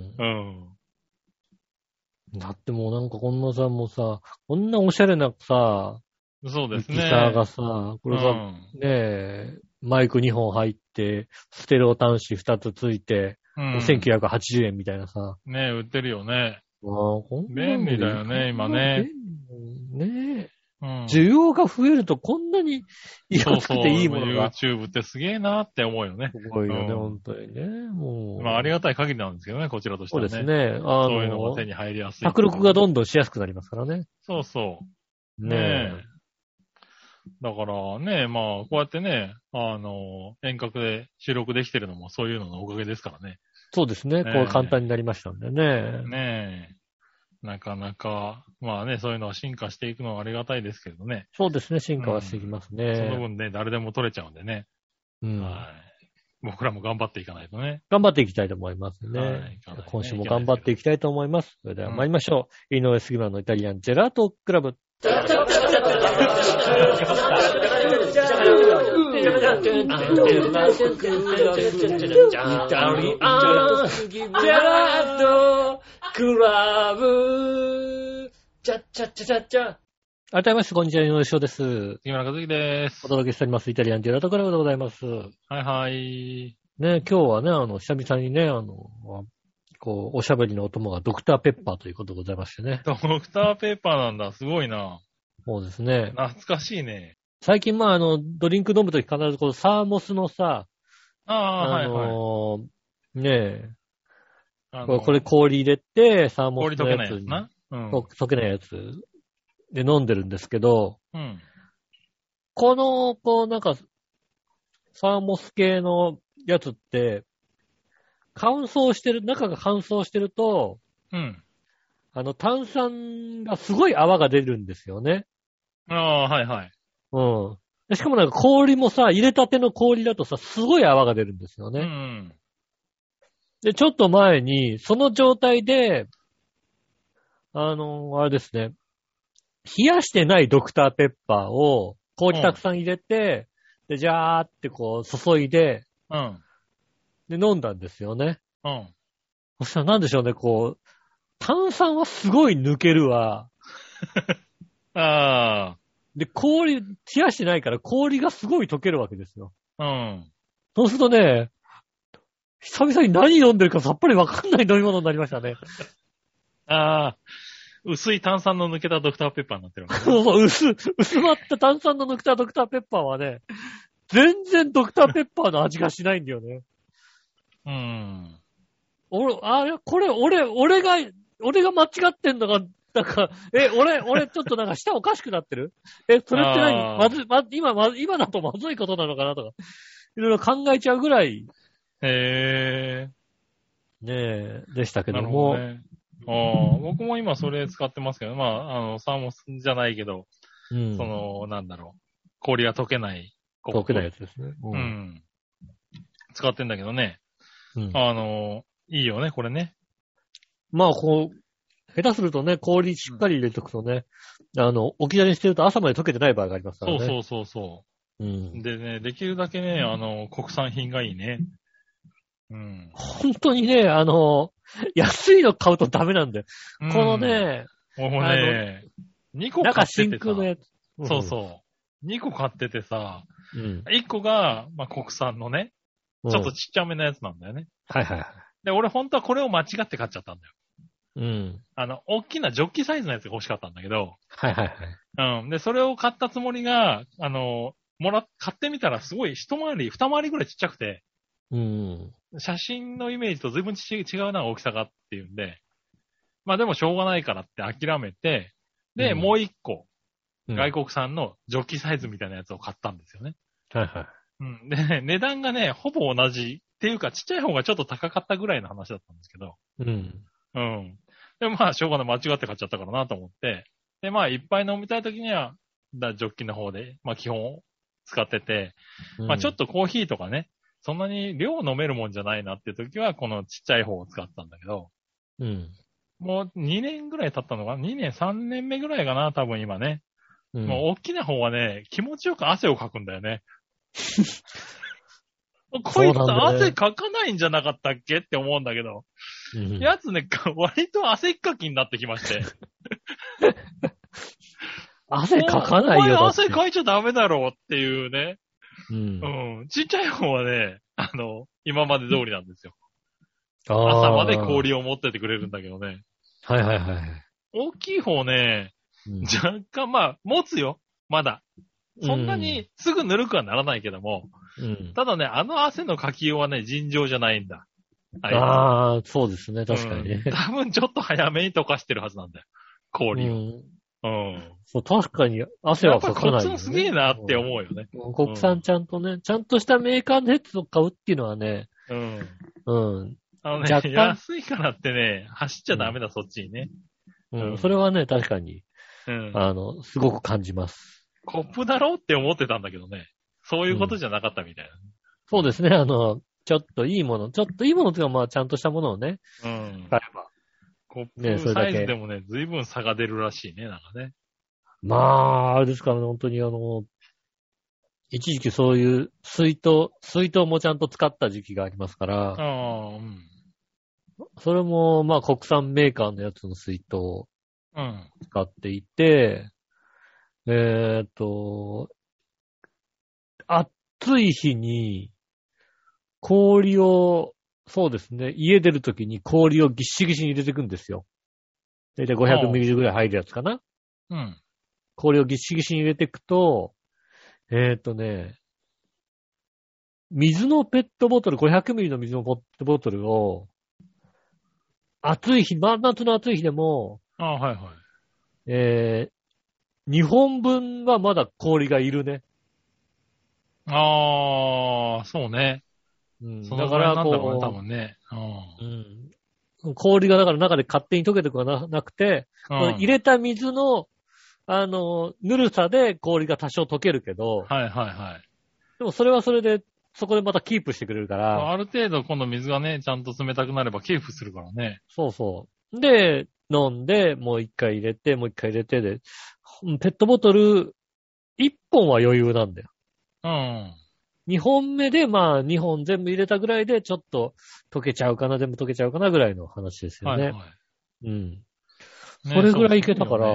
うん。 だってもうなんかこんなさ、もうさ、こんなおしゃれなさ、 そうですね。 ミキサーがさ、これが、ねえ、マイク2本入って、ステレオ端子2つついて、1980円みたいなさ。 ねえ、売ってるよね。 便利だよね、今ね。 ねえ。需要が増えるとこんなに安くていいものが。 YouTube ってすげえなって思うよね。 すごいよね、本当にね。もう。 まあ、ありがたい限りなんですけどね、こちらとしてはね。 そうですね。 そういうのが手に入りやすい。 迫力がどんどんしやすくなりますからね。 そうそう。 ねえ。 だからね、まあ、こうやってね、遠隔で収録できてるのもそういうののおかげですからね。 そうですね。こう簡単になりましたんでね。 ねえ。なかなか、まあね、そういうのは進化していくのはありがたいですけどね。 そうですね、進化はしていきますね。 その分ね、誰でも取れちゃうんでね。はい。僕らも頑張っていかないとね。 頑張っていきたいと思いますね。はい、今週も頑張っていきたいと思います。それでは参りましょう。井上杉村のイタリアンジェラートクラブ。改めまして、こんにちは、井上翔です。 杉村和之です。 お届けしております、イタリアンジェラートクラブでございます。 はいはい。 ね、今日はね、久々にね、こう、おしゃべりのお供がドクターペッパーということでございましてね。 ドクターペッパーなんだ、すごいな。 そうですね。 懐かしいね。 最近、ドリンク飲むとき必ずこのサーモスのさ、 はいはい。 ねえ、これ氷入れて、サーモスのやつに。 氷溶けないやつな。 溶けないやつで飲んでるんですけど、この、なんか、サーモス系のやつって、中が乾燥してると、炭酸がすごい泡が出るんですよね。 はいはい。 しかもなんか氷もさ、入れたての氷だとさ、すごい泡が出るんですよね。で、ちょっと前に、その状態で、あれですね、冷やしてないドクターペッパーを氷たくさん入れて、で、ジャーってこう注いで、で、飲んだんですよね。そしたらなんでしょうね、こう、炭酸はすごい抜けるわ。で、冷やしてないから氷がすごい溶けるわけですよ。そうするとね、久々に何飲んでるかさっぱりわかんない飲み物になりましたね。 薄い炭酸の抜けたドクターペッパーになってるわけ、 ね。そうそう、薄まった炭酸の抜けたドクターペッパーはね、全然ドクターペッパーの味がしないんだよね。俺が間違ってんのか、なんか、俺ちょっとなんか舌おかしくなってる？それって何今だとまずいことなのかなとか。 ろいろ考えちゃうぐらい、 へねえ、でしたけなども、 るほどね。ああ、僕も今それ使ってますけど、まあ、サーモスじゃないけど、 うん。 なんだろう。氷が溶けないコップ。 溶けないやつですね。 うん。使ってんだけどね。 うん。 いいよね、これね。 まあ、こう、下手するとね、氷しっかり入れとくとね、置き去りにしてると朝まで溶けてない場合がありますからね。 そう。 うん。 でね、できるだけね、国産品がいいね。うん。 本当にね、安いの買うとダメなんだよ。 うんこのね、 もうね、2個買中っててさ。 真空のやつ。 そうそう。2個買っててさ、 うん。 1個が、まあ、国産のね、 うん。 ちょっとちっちゃめなやつなんだよね。 はいはいはい。 で、俺本当はこれを間違って買っちゃったんだよ。 うん。 大きなジョッキサイズのやつが欲しかったんだけど、 はいはいはい。 うん。で、それを買ったつもりが、買ってみたらすごい一回り、二回りぐらいちっちゃくて、 うん。 写真のイメージと随分違うな、大きさがっていうんで、まあでもしょうがないからって諦めて、で、 うんもう一個、 うん外国産のジョッキサイズみたいなやつを買ったんですよね。 はいはい。 うん。で、値段がね、ほぼ同じ。っていうか、ちっちゃい方がちょっと高かったぐらいの話だったんですけど、 うん。 うん。で、まあ、しょうがない。間違って買っちゃったからなと思って。で、まあ、いっぱい飲みたい時には、ジョッキの方で、まあ、基本使ってて、まあ、ちょっとコーヒーとかね、そんなに量飲めるもんじゃないなっていう時は、このちっちゃい方を使ったんだけど、 うん。 もう2年ぐらい経ったのかな ?2 年、3年目ぐらいかな多分今ね。 うん。 もう大きな方はね、気持ちよく汗をかくんだよね。こいつ汗かかないんじゃなかったっけって思うんだけど、 うんやつね、割と汗っかきになってきまして。 汗かかないよ。 お前だって汗かいちゃダメだろうっていうね。 うん。 うん。ちっちゃい方はね、今まで通りなんですよ。 ああ。 朝まで氷を持っててくれるんだけどね。 はいはいはい。 大きい方ね、 うん若干、まあ、持つよ。まだ。そんなにすぐぬるくはならないけども。 うん。 ただね、汗のかきようはね、尋常じゃないんだ。 ああ、そうですね。確かにね。 多分ちょっと早めに溶かしてるはずなんだよ。氷を。 そう、確かに汗はかかない、 やっぱ国産すげえなって思うよね。 国産ちゃんとね、ちゃんとしたメーカーのやつを買うっていうのはね、若干安いからってね、走っちゃダメだ、そっちにね。 それはね、確かに、すごく感じます。 コップだろって思ってたんだけどね。そういうことじゃなかったみたいな。 そうですね、ちょっといいものっていうか、まあ、ちゃんとしたものをね、買えば。 コップサイズでもね、随分差が出るらしいね、なんかね。 まあ、あれですからね、本当に一時期そういう水筒もちゃんと使った時期がありますから、それも、まあ、国産メーカーのやつの水筒を使っていて、暑い日に氷を、そうですね、家出るときに氷をぎっしぎしに入れていくんですよ。だいたい500ミリぐらい入るやつかな。氷をぎっしぎしに入れていくと、水のペットボトル、500ミリの水のペットボトルを、暑い日、真夏の暑い日でも、2本分はまだ氷がいるね。 そうね。だからこう、多分ね。 氷がだから中で勝手に溶けてくはなくて、入れた水の、ぬるさで氷が多少溶けるけど、でもそれはそれで、そこでまたキープしてくれるから。 ある程度この水がね、ちゃんと冷たくなればキープするからね。 そうそう。で、飲んで、もう一回入れて、もう一回入れてで、ペットボトル1本は余裕なんだよ。2本目で、まあ2本全部入れたぐらいで、ちょっと溶けちゃうかな、全部溶けちゃうかなぐらいの話ですよね。それぐらいいけたから、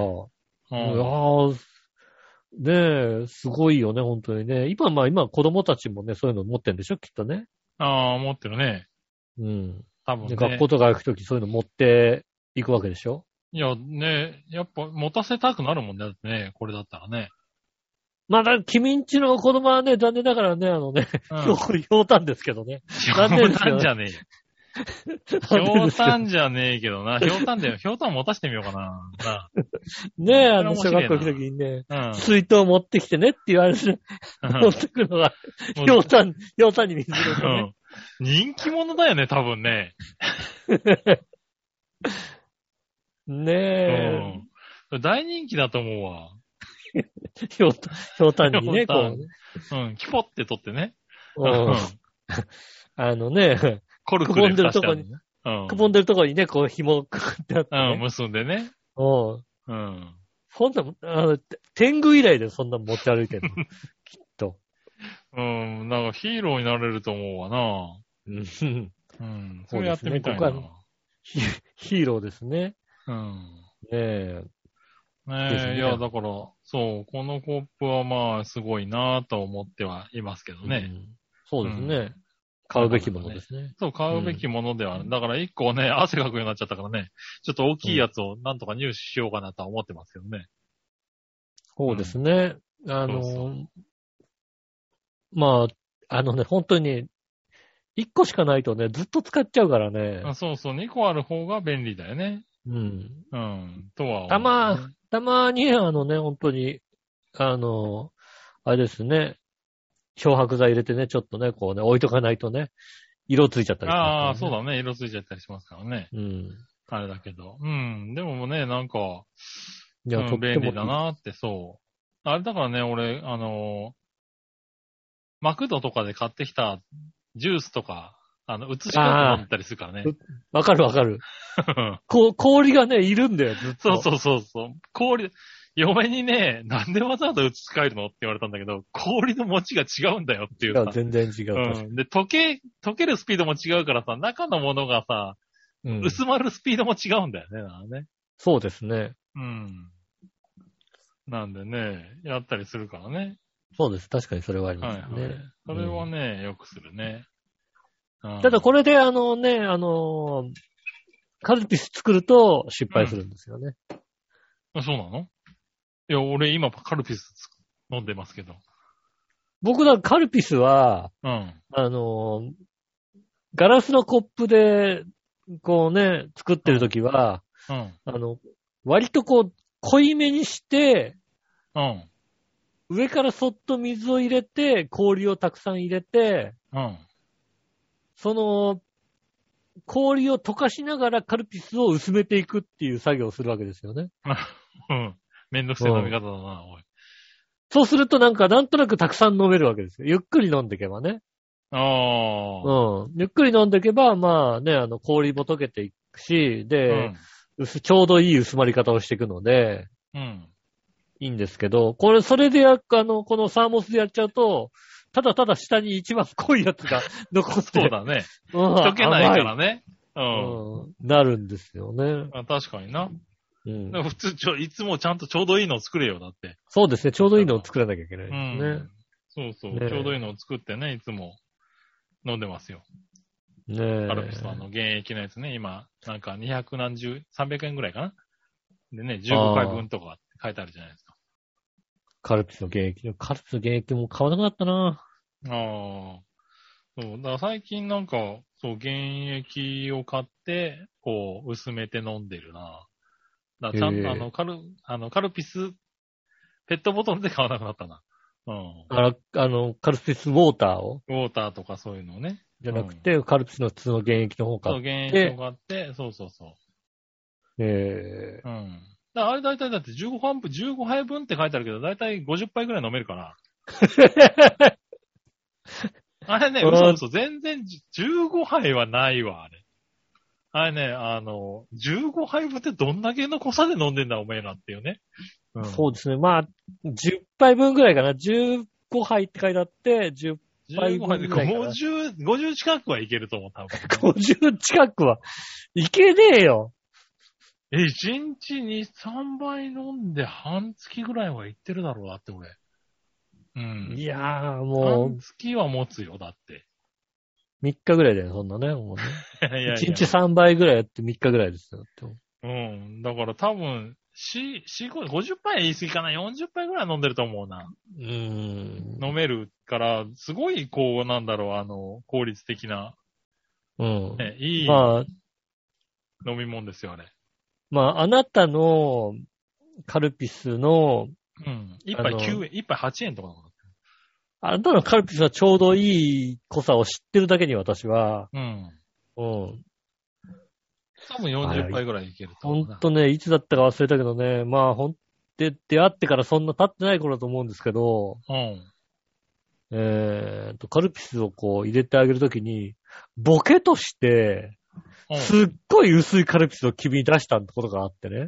ねえ、すごいよね、本当にね。今子供たちもね、そういうの持ってるんでしょ、きっとね。 持ってるね。多分ね。 学校とか行くときそういうの持っていくわけでしょ。 いや、ね、やっぱ持たせたくなるもんね、だってね、これだったらね。 まだ、君んちの子供はね、残念ながらね、ひょうたんですけどね。残念ですけど。 じゃねえよ。 ひょうたんじゃねえけどな。ひょうたん持たしてみようかな。 ねえ、 それ面白いな小学校来た時にね、 うん。 水筒持ってきてねって言われて、持ってくのが、ひょうたんに水入れてね。 人気者だよね、多分ね。 ね大人気だと思うわ。 え、ひょうたんにね、 ひょうたんこうね。 キポって取ってね。 うんコルクでくぼんでるとこに、 蓋してあるのね。 くぼんでるとこにね、こう紐くくってあってね。 結んでね。 うん。 うん。 そんな、天狗以来でそんな持ち歩いてるの。きっと。 なんかヒーローになれると思うわな。 うんうん。それやってみたいな。 そうですねヒーローですね。 うん。 ねえ。 ねえ、 ですねいや、だから、そう、このコップはまあ、すごいなと思ってはいますけどね。 うんそうですね。 うん買うべきものですね。 そう、買うべきものではある。だから一個ね、汗かくようになっちゃったからね、ちょっと大きいやつをなんとか入手しようかなとは思ってますけどね。 そうですね。 そうまあ、本当にね、1個しかないとね、ずっと使っちゃうからね。 そうそう、2個ある方が便利だよね。 うん。 うん、とは思う、 たまに、本当に、あれですね、漂白剤入れてね、ちょっとね、こうね、置いとかないとね、色ついちゃったりしますからね。 ああ、そうだね。色ついちゃったりしますからね。 うん。 あれだけど。うん。でもね、なんか、 いや、とってもいい便利だなって、そう。あれだからね、俺、マクドとかで買ってきたジュースとか、移し替えて飲んだりするからね。 わかるわかる。氷がね、いるんだよ、ずっと。 そう。氷、嫁にね、なんでわざわざ移し替えるのって言われたんだけど、氷の持ちが違うんだよっていうさ。 全然違う。 で、溶けるスピードも違うからさ、中のものがさ、薄まるスピードも違うんだよね、 そうですね。 うん。なんでね、やったりするからね。 そうです。確かにそれはありますね。 はい。それはね、よくするね。 ただこれでカルピス作ると失敗するんですよね。 そうなの？いや、俺今カルピス飲んでますけど。 僕らカルピスは、ガラスのコップで、こうね、作ってるときは、割とこう、濃いめにして、上からそっと水を入れて、氷をたくさん入れて、その、氷を溶かしながらカルピスを薄めていくっていう作業をするわけですよね。 めんどくせえ飲み方だな、おい。 そうするとなんとなくたくさん飲めるわけですよ。ゆっくり飲んでいけばね。ゆっくり飲んでいけば、まあね、氷も溶けていくし、で、ちょうどいい薄まり方をしていくので、いいんですけど、それでこのサーモスでやっちゃうと、ただただ下に一番濃いやつが残って。 そうだね。溶けないからね。 なるんですよね。 確かにな。 普通、いつもちゃんとちょうどいいのを作れよ、だって。 そうですね。ちょうどいいのを作らなきゃいけないですね。そう。ちょうどいいのを作ってね、いつも飲んでますよ。カルピスの現役のやつね、今、なんか200何十、300円ぐらいかな。でね、15回分とか書いてあるじゃないですか。 カルピスの現役も買わなくなったな。 そう。だから最近なんか、そう、現役を買って、こう、薄めて飲んでるな。だからちゃんとカルピス、ペットボトルで買わなくなったな。 カルピスウォーターをウォーターとかそういうのをね。 じゃなくて、カルピスの普通の現役の方買って。 そう、現役を買って、そう。だからあれ大体だって15杯分って書いてあるけど、大体50杯ぐらい飲めるから。あれね、嘘。全然15杯はないわ、あれ。あれね、15杯分ってどんだけの濃さで飲んでんだ、おめえなっていうね。 そうですね。まあ、10杯分ぐらいかな。15杯って書いてあって、10杯分ぐらいかな。 50近くはいけると思う、多分。 50近くはいけねえよ。 1日2、3杯飲んで半月ぐらいはいってるだろう、だって俺。 いやー、もう。 半月は持つよ、だって。 3日ぐらいだよ、そんなね。もうね。 いや 1日3杯ぐらいやって3日ぐらいですよ。 だから多分、50杯言い過ぎかな、40杯ぐらい飲んでると思うな。飲めるから、すごい、こう、効率的なうん。 ね、いいまあ、 飲み物ですよ、あれ。 まあ、あなたのカルピスの、 うん。一杯9円、一杯8円とかなのかあなたのカルピスはちょうどいい濃さを知ってるだけに私は、 な。うん。 うん。 多分40杯ぐらいいけるとほ思うな。 んとね、いつだったか忘れたけどね、まあ、出会ってからそんな経ってない頃だと思うんですけど、 うん。 カルピスをこう入れてあげるときに、ボケとして、 うん。 すっごい薄いカルピスを君に出したことがあってね。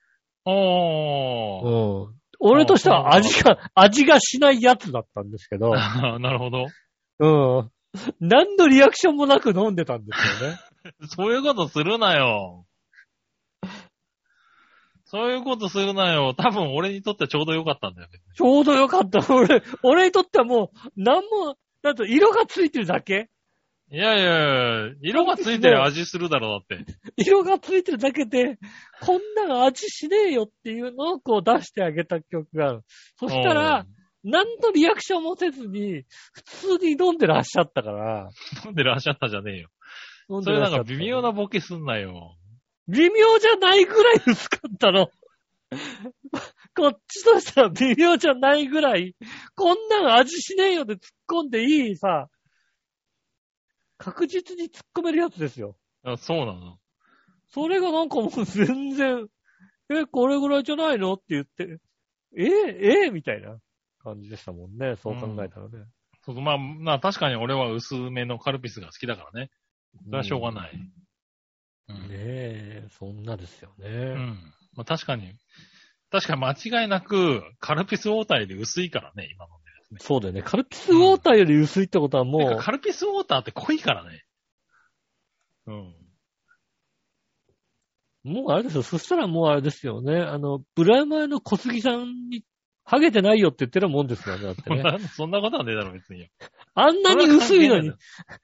うおー。 ん。俺としてはそんなこと味がしないやつだったんですけど、 なるほど。 うん。何のリアクションもなく飲んでたんですよね。 そういうことするなよ。そういうことするなよ。多分俺にとってはちょうどよかったんだよね。 ちょうどよかった。俺にとってはもう、だと色がついてるだけいやいやいや、色がついてる味するだろ、だって。 色がついてるだけで、こんなの味しねえよっていうのをこう出してあげた記憶がある。そしたら、何のリアクションもせずに、普通に飲んでらっしゃったから。 飲んでらっしゃったじゃねえよ。それなんか微妙なボケすんなよ。 微妙じゃないぐらい薄かったの。こっちとしては微妙じゃないぐらい、こんなの味しねえよで突っ込んでいいさ、確実に突っ込めるやつですよ。 あ、そうなの。 それがなんかもう全然、これぐらいじゃないのって言って、みたいな感じでしたもんね。そう考えたらね。 そうまあ確かに俺は薄めのカルピスが好きだからね。それはしょうがない。 ねえ、そんなですよね。 うん。まあ確かに間違いなくカルピスウォーターより薄いからね、今のでですね。 そうだよね。カルピスウォーターより薄いってことはもう。 カルピスウォーターって濃いからね。うん。 もうあれですよ。そしたらもうあれですよね。ブラマヨの小杉さんに、ハゲてないよって言ってるもんですよね。だってね。 そんなことはねえだろ、別に。 あんなに薄いのに、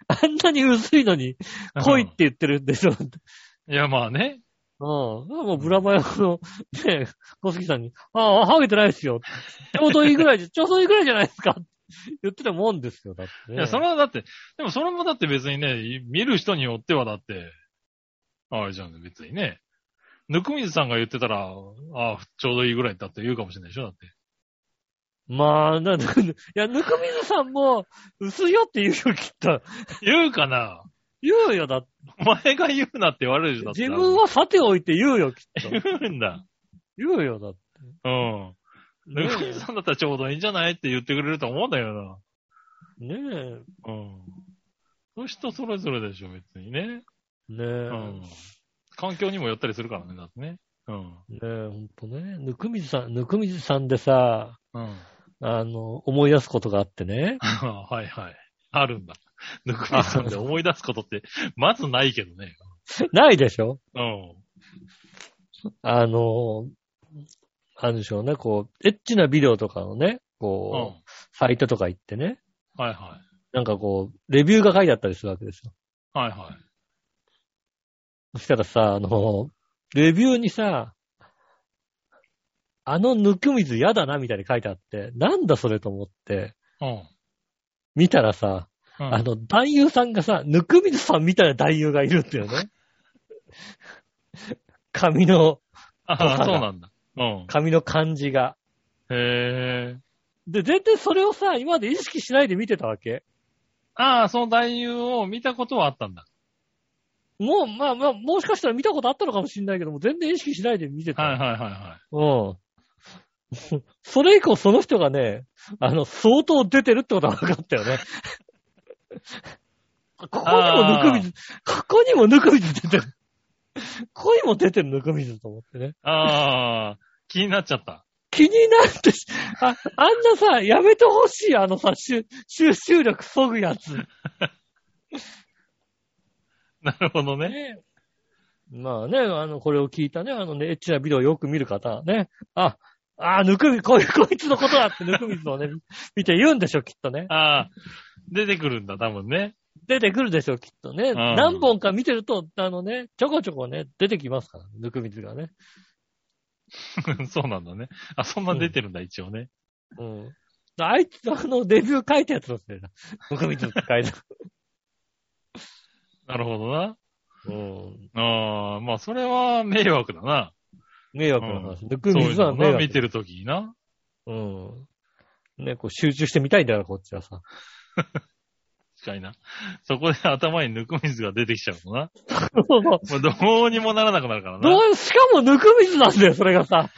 濃いって言ってるんでしょ。 いや、まあね。 もうブラマヨの、ね、小杉さんに、ハゲてないですよ。ちょうどいいぐらいじゃないですか。言ってたもんですよ。だって、ね。 いや、それはだって、でもそれもだって別にね、見る人によってはだって、あれじゃん、別にね。ぬくみずさんが言ってたら、ちょうどいいぐらいだって言うかもしれないでしょ、だって。 まあ、いや、ぬくみずさんも、薄いよって言うよ、きっと。 言うかな言うよ、だって。 お前が言うなって言われるでしょ、だって。 自分はさておいて言うよ、きっと。 言うんだ。 言うよ、だって。 うん。ぬくみずさんだったらちょうどいいんじゃないって言ってくれると思うんだよな。 ねえ。 うん。そういう人それぞれでしょ、別にね。 ねえ。 うん。環境にもよったりするからね、だってね。うん。 ねえ、ほんとね。ぬくみずさんでさ、 うん。 思い出すことがあってね。 はいはい。あるんだ。ぬくみずさんで思い出すことって、まずないけどね。 ないでしょ？ うん。 なんでしょうね、こう、エッチなビデオとかのね、こう、サイトとか行ってね。 はいはい。 なんかこう、レビューが書いてあったりするわけですよ。 はいはい。 そしたらさ、レビューにさ、ぬくみず嫌だなみたいに書いてあって、なんだそれと思って、 うん。 見たらさ、男優さんがさ、ぬくみずさんみたいな男優がいるんだよね。髪の、 そうなんだ。うん。 髪の感じが。 へー。 で、全然それをさ、今まで意識しないで見てたわけ。 その男優を見たことはあったんだ。 もう、まあ、もしかしたら見たことあったのかもしれないけども、全然意識しないで見てた。 はいはいはいはい。 うん。それ以降その人がね、相当出てるってことが分かったよね。ここにもぬくみず出てる。ここにも出てるぬくみずと思ってね。 気になっちゃった。 気になってあんなさ、やめてほしい、収集力そぐやつ。 なるほどね。 まあね、これを聞いたね、エッチなビデオをよく見る方はね、ぬくみ、こいつのことだってぬくみずをね、見て言うんでしょ、きっとね。 出てくるんだ、多分ね。 出てくるでしょ、きっとね。何本か見てると、ちょこちょこね、出てきますから、ぬくみずがね。 そうなんだね。そんな出てるんだ、一応ね。 うん。あいつ、レビュー書いたやつなんですよ。ぬくみずって書いた。 なるほどな。 うん。 ああ、まあそれは迷惑だな。 迷惑な話。ぬくそうい水は迷惑。 うのな、見てるときにな。 うん。ね、こう集中してみたいんだから、こっちはさ。 近いな。そこで頭にぬく水が出てきちゃうのな。 そうそう。 もうどうにもならなくなるからな。 しかもぬく水なんだよ、それがさ。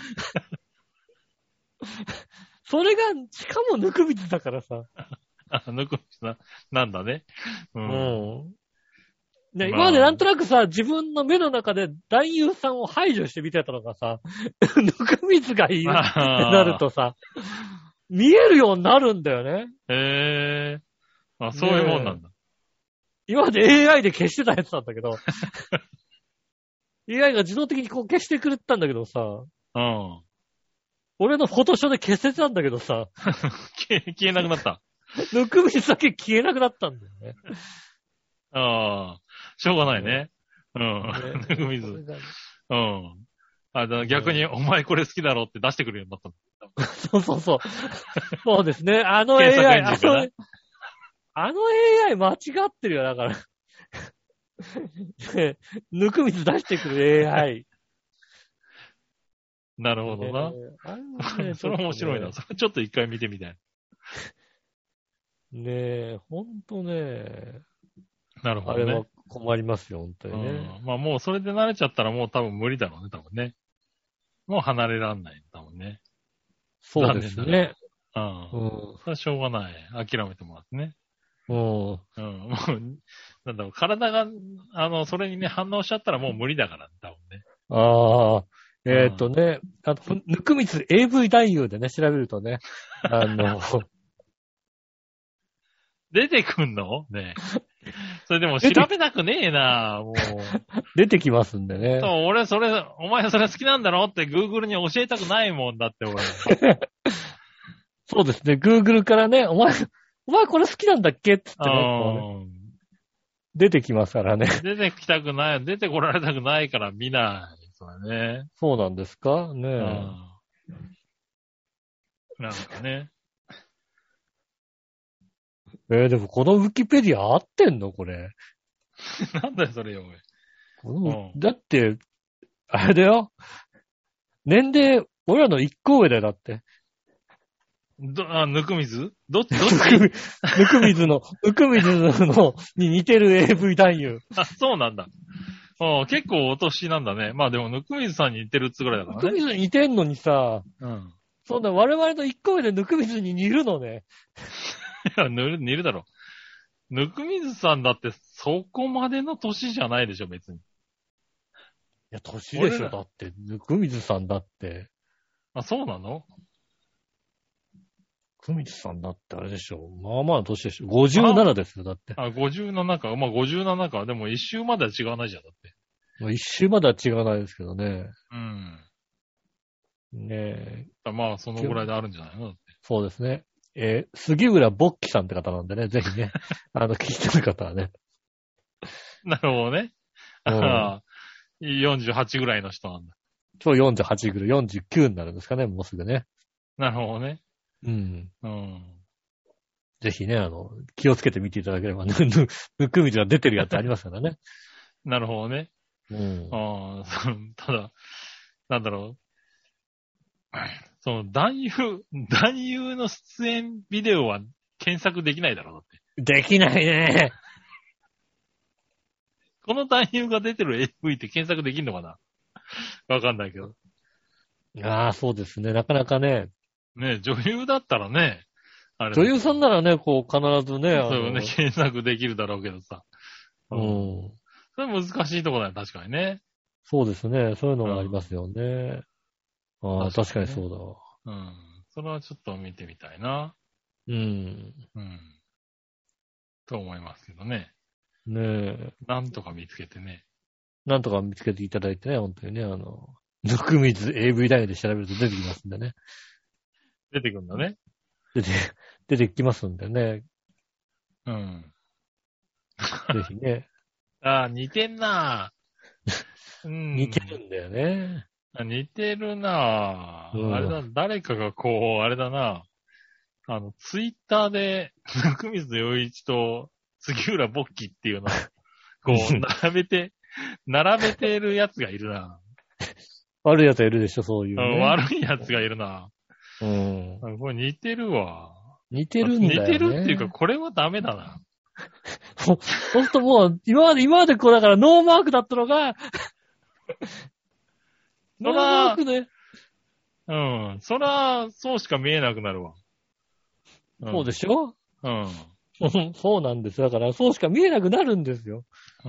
それが、しかもぬく水だからさ。 ぬく水なんだね。うん。 ね、 まあ今までなんとなくさ、自分の目の中で男優さんを排除して見てたのがさ、ぬく水がいいってなるとさ、見えるようになるんだよね。 へえ。あ、そういうもんなんだ。 今まで AI で消してたやつなんだけど、AI が自動的にこう消してくれたんだけどさ、 うん。 俺のフォトショーで消せてたんだけどさ、 消えなくなった。 ぬく水だけ消えなくなったんだよね。 ああ、しょうがないね。うん。 ねぬく水。うん。逆に、お前これ好きだろって出してくるようになったんだ。 そうそうそう。そうですね。あの検索 AI、 エンジンかなあの AI 間違ってるよ、だから。ねぬく水出してくる AI。 なるほどな。それ面白いな。それちょっと一回見てみたい。 ねえ、ほんとね。 なるほどね。 あれは困りますよ、ほんとにね。 まあもうそれで慣れちゃったらもう多分無理だろうね、多分ね。もう離れらんない、多分ね。 そうですね。 うん。それはしょうがない。諦めてもらってね。もう、なんだろう、体が、それにね、反応しちゃったらもう無理だから、多分ね。 ああ、ぬくみつ AV 男優でね、調べるとね、 出てくんのねえ。それでも調べたくねえなもう。 出てきますんでね。 そう、お前それ好きなんだろって Google に教えたくないもんだって俺。 そうですね、Google からね、お前これ好きなんだっけって言ってね、出てきますからね。 出てこられたくないから見ない。そうだね。 そうなんですかねえ。 なんかね。 でもこのウィキペディア合ってんのこれ。 なんだよ、それよ、おい。 だって、あれだよ。年齢、俺らの一個上だよ、だって。 ぬく水どっちぬく水の、に似てる AV 男優。 あ、そうなんだ。結構お年なんだね。まあでも、ぬくみずさんに似てるっつぐらいだからね。 ぬくみずに似てんのにさ、 うん。 そんな我々の一個上でぬくみずに似るのね。 いや、似るだろ。ぬくみずさんだってそこまでの年じゃないでしょ、別に。いや、年でしょ、だって。ぬくみずさんだって。 あ、そうなの？ ぬくみずさんだってあれでしょ。まあまあの年でしょ。57ですよ、だって。 57か。まあ57か。でも一周までは違わないじゃん、だって。 まあ一周までは違わないですけどね。 うん。 ねえ。まあ、そのぐらいであるんじゃないの？だって。 そうですね。杉浦ぼっきさんって方なんでね、ぜひね、聞いてる方はね。 なるほどね。ああ、48ぐらいの人なんだ。 今日48ぐらい、49になるんですかね、もうすぐね。 なるほどね。 うん。 うん。 ぜひね、気をつけて見ていただければね、ぬくみずが出てるやつありますからね。 なるほどね。 うん。 ただ、なんだろう。その男優の出演ビデオは検索できないだろう、だって。 できないね。 この男優が出てる AV って検索できんのかな？わかんないけど。 ああ、そうですね。なかなかね。 ね、女優だったらね、あれ。 女優さんならね、こう、必ずね、 そうね、検索できるだろうけどさ。 うん。 それ難しいところだよ、確かにね。 そうですね。そういうのがありますよね。ああ、確かにそうだわ。 うん。それはちょっと見てみたいな。 うん。 うん。と思いますけどね。 ねえ。 なんとか見つけてね。 なんとか見つけていただいてね、本当にね、ぬくみず AV ダイヤで調べると出てきますんでね。 出てくるんだね。 出てきますんでね。 うん。 ぜひね。 ああ、似てんなぁ。うん。 似てるんだよね。 似てるなぁ。 うん、 あれだ、誰かがこう、あれだなぁ。ツイッターで、ぬくみず洋一と杉浦ぼっきっていうのをこう、並べてるやつがいるな。 悪い奴はいるでしょ、そういう、ね。 悪いやつがいるな。 うん。 これ似てるわ。 似てるんだよ、ね。 似てるっていうか、これはダメだな。 そうするともう、今までこう、だからノーマークだったのが、ノーマークね。 うん。そら、そうしか見えなくなるわ。 そうでしょ？ うん。 そうなんですよ。だから、そうしか見えなくなるんですよ。 うん。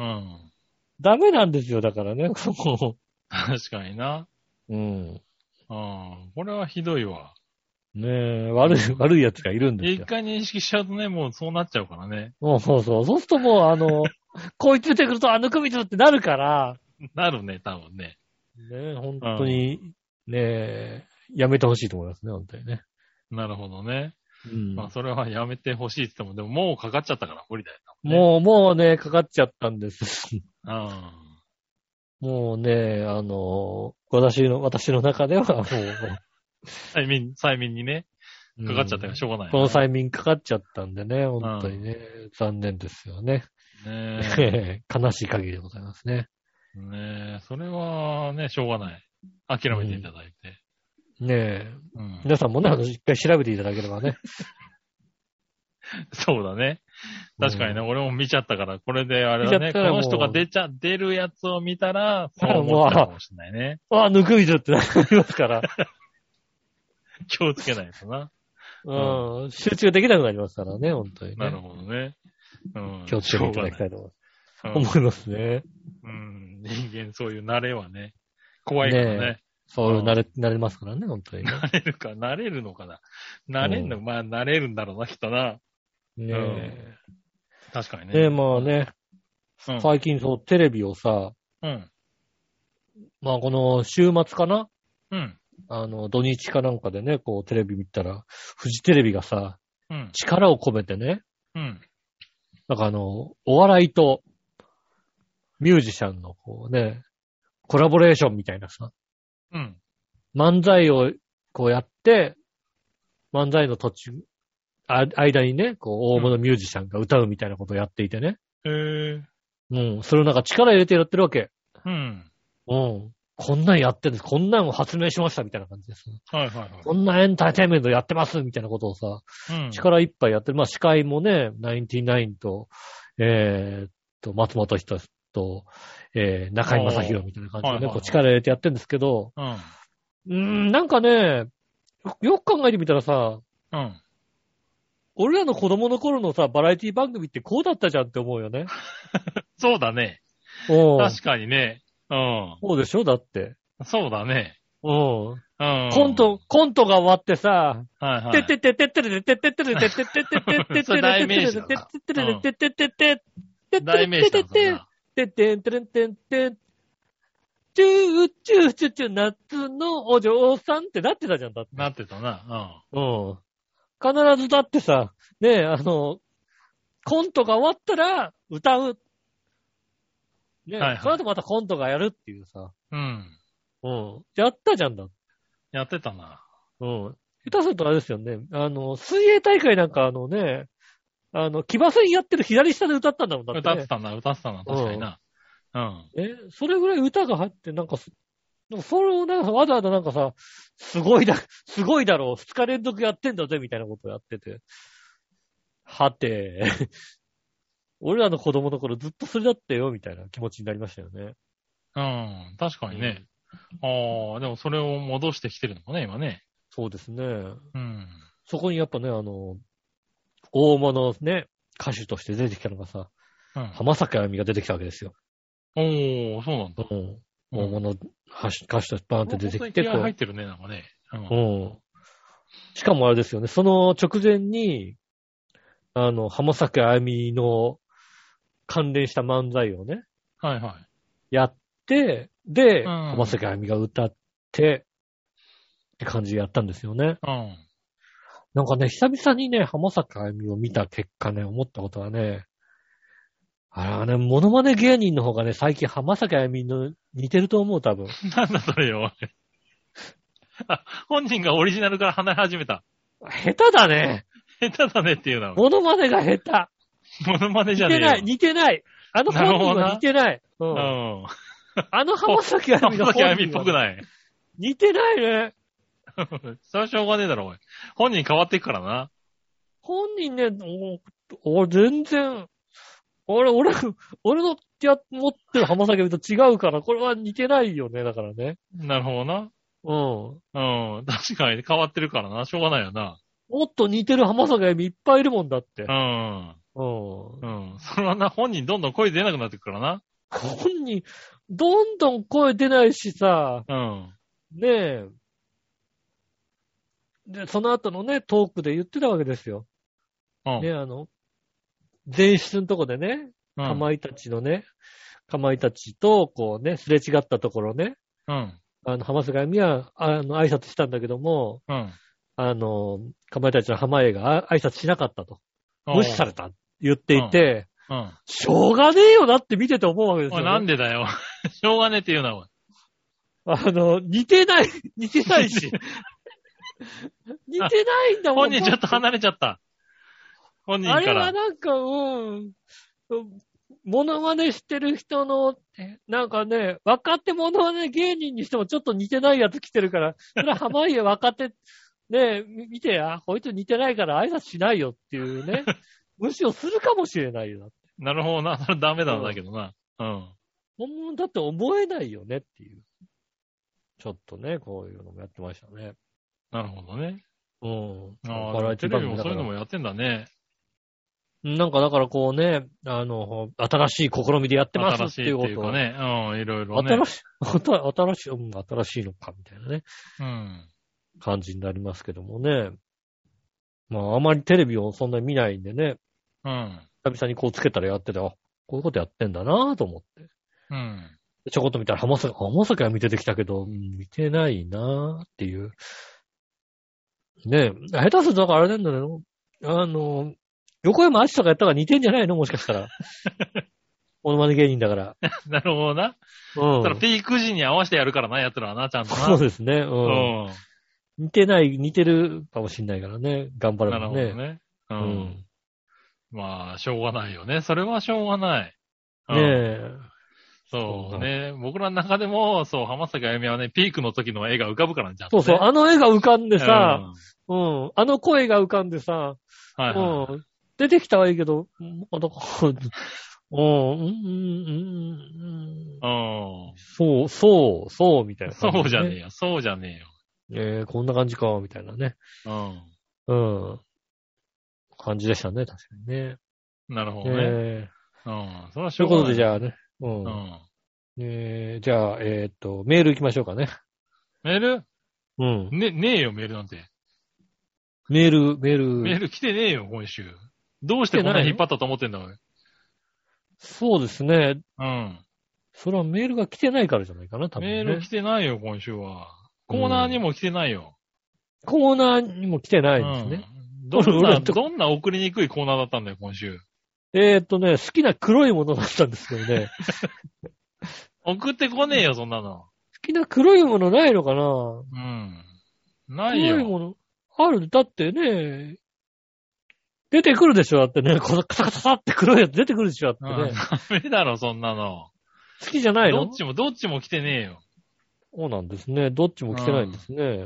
ダメなんですよ、だからね。 確かにな。 うん。 これはひどいわ。 ねえ、悪い奴がいるんですよ。 一回認識しちゃうとね、もうそうなっちゃうからね。 そう。そうするともう、こいつ出てくると、ぬくみつってなるから。 なるね、多分ね。 ねえ、本当に、ねえ、やめてほしいと思いますね、本当にね。 なるほどね。 うん。 まあ、それはやめてほしいって言っても、でももうかかっちゃったから無理だよ、 ね。もうね、かかっちゃったんです。もうね、私の中ではもう、 催眠にね、かかっちゃったからしょうがない、ね。 この催眠かかっちゃったんでね、本当にね、残念ですよね。ね悲しい限りでございますね。 ねえ、それはね、しょうがない。諦めていただいて。 ねえ、皆さんもね、一回調べていただければね。 そうだね。確かにね、俺も見ちゃったから、これであれだね、この人が出るやつを見たら、そう思ったかもしれないね。 ぬくみずってなりますから。 気をつけないとな。 集中できなくなりますからね、本当にね。 なるほどね。 気をつけていただきたいと思いますね。 人間そういう慣れはね、怖いからね。 そう、慣れますからね、本当にね。 慣れるのかな。慣れんの、まあ、慣れるんだろうな、きっとな。 ねえ。 確かにね。 まあね、最近そう、テレビをさ、まあこの週末かな？土日かなんかでね、こうテレビ見たら、フジテレビがさ、力を込めてね、なんかお笑いとミュージシャンのこうね、コラボレーションみたいなさ、漫才をこうやって、漫才の途中、間にね、こう大物ミュージシャンが歌うみたいなことをやっていてね。それをなんか力入れてやってるわけ。こんなんやってるんです。こんなんを発明しましたみたいな感じです。こんなエンターテインメントやってますみたいなことをさ、力いっぱいやってる。まあ司会もね、ナインティナインと、松本人志と、中井正宏みたいな感じでね、こう力入れてやってるんですけど、なんかね、よく考えてみたらさ、俺らの子供の頃のさ、バラエティ番組ってこうだったじゃんって思うよね。 そうだね。確かにね。 そうでしょだって。 そうだね。 コントが終わってさ、てってってってってってってってってってってってってってってって代名詞だな。代名詞だな。 てってんてんてんてん、チューチューチューチュー夏のお嬢さんってなってたじゃんだって。 なってたな。 必ずだってさ、ねコントが終わったら歌う。ね、その後またコントがやるっていうさ。やったじゃんだ。 やってたな。 下手するとあれですよね。水泳大会なんか騎馬戦やってる左下で歌ったんだもんだって、ね。歌ってたな、確かにな。 それぐらい歌が入って、なんかそれをなんかわざわざなんかさ、すごいだろう、2日連続やってんだぜ、みたいなことをやってて。はて、俺らの子供の頃ずっとそれだったよ、みたいな気持ちになりましたよね。 確かにね。でもそれを戻してきてるのかね、今ね。 そうですね。そこにやっぱね、大物ね、歌手として出てきたのがさ、浜崎あゆみが出てきたわけですよ。 そうなんだ。 大物歌手としてバーンって出てきて。 気合入ってるね、なんかね。 しかもあれですよね、その直前に、浜崎あゆみの関連した漫才をね、やって、で、浜崎あゆみが歌って、って感じでやったんですよね。なんかね、久々にね、浜崎あゆみを見た結果ね、思ったことはね、モノマネ芸人の方がね、最近浜崎あゆみの似てると思う、多分。 なんだそれよ。本人がオリジナルから離れ始めた。 下手だね。 下手だねっていうのは。 モノマネが下手。 モノマネじゃねえよ。 似てない。 あの本人は似てない。う。 うんん。 あの浜崎あゆみの浜崎あゆみっ本人はぽくない。 似てないね。 それはしょうがねえだろ、おい。本人変わっていくからな。 本人ね、俺全然、俺の持ってる浜崎あゆみと違うから、これは似てないよね、だからね。 なるほどな。 うん。 うん。確かに変わってるからな。しょうがないよな。 もっと似てる浜崎あゆみいっぱいいるもんだってう。ん。 うん。 うん。それはな、本人どんどん声出なくなってくからな。 本人、どんどん声出ないしさ、 うん。 ねえ。で、その後のね、トークで言ってたわけですよ。 うん。 ね、前室のとこでね、 うん。 かまいたちと、こうね、すれ違ったところね、 うん。 浜崎あゆみは、挨拶したんだけども、 うん。 かまいたちの浜江が挨拶しなかったと。無視された言っていて、 うん。 しょうがねえよなって見てて思うわけですおい、 よ、ね。 なんでだよ。しょうがねえって言うな、おい。 似てないし。似てないんだもん。 本人ちょっと離れちゃった。本人あれから。 はなんか、モノマネしてる人の、なんかね、若手モノマネ芸人にしてもちょっと似てないやつ来てるから、それは濱家若手、ね、見てや、こいつ似てないから挨拶しないよっていうね、無視をするかもしれないよ。 なるほどな。それダメなんだけどな。うん。 本物だって思えないよねっていう。ちょっとね、こういうのもやってましたね。 なるほどね。 バああ、テレビもラエティ番組だからそういうのもやってんだね。 なんかだからこうね、新しい試みでやってますっていうこと新しいっていうかね。うん、いろいろね。 新しいのかみたいなね、 うん。 感じになりますけどもね。まあ、あまりテレビをそんなに見ないんでね、 うん。 久々にこうつけたらやってて、こういうことやってんだなぁと思って。 うん。 ちょこっと見たら浜崎は見ててきたけど、見てないなぁっていう。ねえ、下手するとだからあれなんだよ。横山あちとかやったから似てんじゃないのもしかしたら。モノマネ芸人だから。 なるほどな。 うん。 ただピーク時に合わせてやるからな、奴らはな、ちゃんとな。 そうですね。 うん。 似てるかもしんないからね。頑張れなるばね。 ほどね。う。 うんん。 まあ、しょうがないよね。それはしょうがない。うんねえ。 そうね。僕らの中でも、そう、浜崎あゆみはね、ピークの時の絵が浮かぶからね、ちゃんとね。 そうそう、あの絵が浮かんでさ、 うんあの声が浮かんでさ、 はいはい。 出てきたはいいけど、そう、みたいな感じ、 そうじゃねえよ。そうじゃねえよ。 こんな感じか、みたいなね。感じでしたね、確かにね。 なるほどね。それはしょうがない。 ということで、じゃあね。じゃあ、メール行きましょうかね。 メールねえよ、メールなんて。 メール。 メール来てねえよ、今週。どうしてこんなに引っ張ったと思ってんだ、おい。 そうですね。 うん。 それはメールが来てないからじゃないかな、多分、ね。 メール来てないよ、今週は。コーナーにも来てないよ。 コーナーにも来てないんですね。 どんな送りにくいコーナーだったんだよ、今週。 好きな黒いものだったんですけどね。 送ってこねえよ、そんなの。 好きな黒いものないのかな？ ないよ。 黒いもの、ある。だってね、出てくるでしょ、だってね。このカサカサって黒いやつ出てくるでしょ、だってね。 ダメだろ、そんなの。 好きじゃないの？ どっちも来てねえよ。 そうなんですね。どっちも来てないんですね。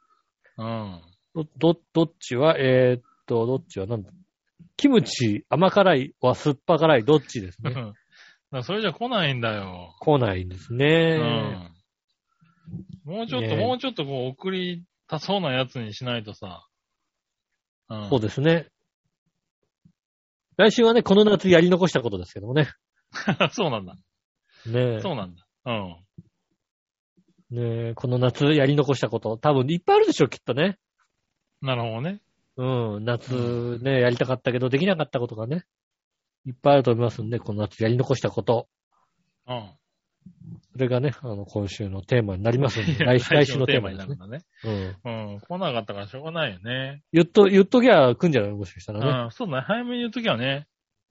どっちは、どっちはなんだ？キムチ、甘辛いは酸っぱ辛い、どっちですね。 それじゃ来ないんだよ。 来ないんですね。 もうちょっとこう送りたそうなやつにしないとさ。 そうですね。来週はね、この夏やり残したことですけどもね。 そうなんだ。 ねえ。 そうなんだ。 ねえ、この夏やり残したこと、多分いっぱいあるでしょ、きっとね。 なるほどね。 夏ね、やりたかったけどできなかったことがね、いっぱいあると思いますんで、この夏やり残したこと。それがね、今週のテーマになりますんで、来週のテーマになるんだね。 来なかったからしょうがないよね。 言っときゃ来んじゃないもしかしたらね。 そうだね。早めに言っときゃね。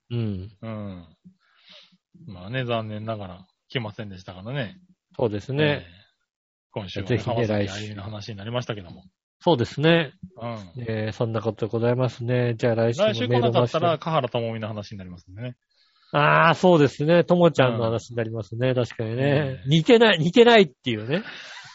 まあね、残念ながら来ませんでしたからね。 そうですね。 今週はぜひね、 来週の話になりましたけども。 そうですね。そんなことでございますね。じゃあ来週来週来なかったら、香原朋美の話になりますんでね。 ああ、そうですね。ともちゃんの話になりますね。確かにね。似てないっていうね。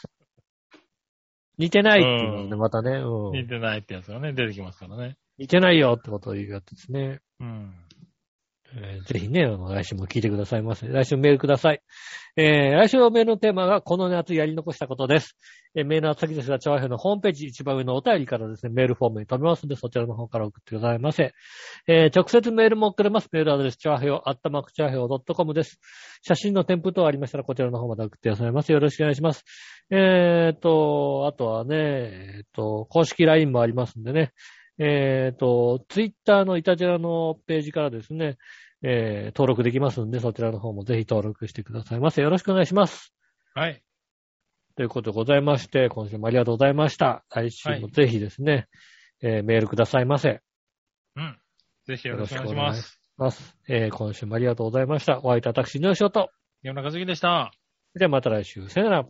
似てないっていうのね、またね。 似てないってやつがね、出てきますからね。 似てないよってことを言うやつですね。 うん。 ぜひね、来週も聞いてくださいませ。来週メールください。来週のメールのテーマがこの夏やり残したことです。メールの先ですが、チャワヘのホームページ一番上のお便りからですね、メールフォームに飛びますので、そちらの方から送ってくださいませ。直接メールも送れます。メールアドレス、チャワヘオ、@チャワヘオ .com です。写真の添付等ありましたら、こちらの方まで送ってくださいませ。よろしくお願いします。あとはね、公式 LINE もありますんでね。ツイッターのイタジラのページからですね、登録できますんで、そちらの方もぜひ登録してくださいませ。よろしくお願いします。 はい。 ということでございまして、今週もありがとうございました。来週もぜひですね、メールくださいませ。 うん。ぜひよろしくお願いします。 今週もありがとうございました。お会いいた私、井上翔と。 山中杉でした。 じゃあまた来週。さよなら。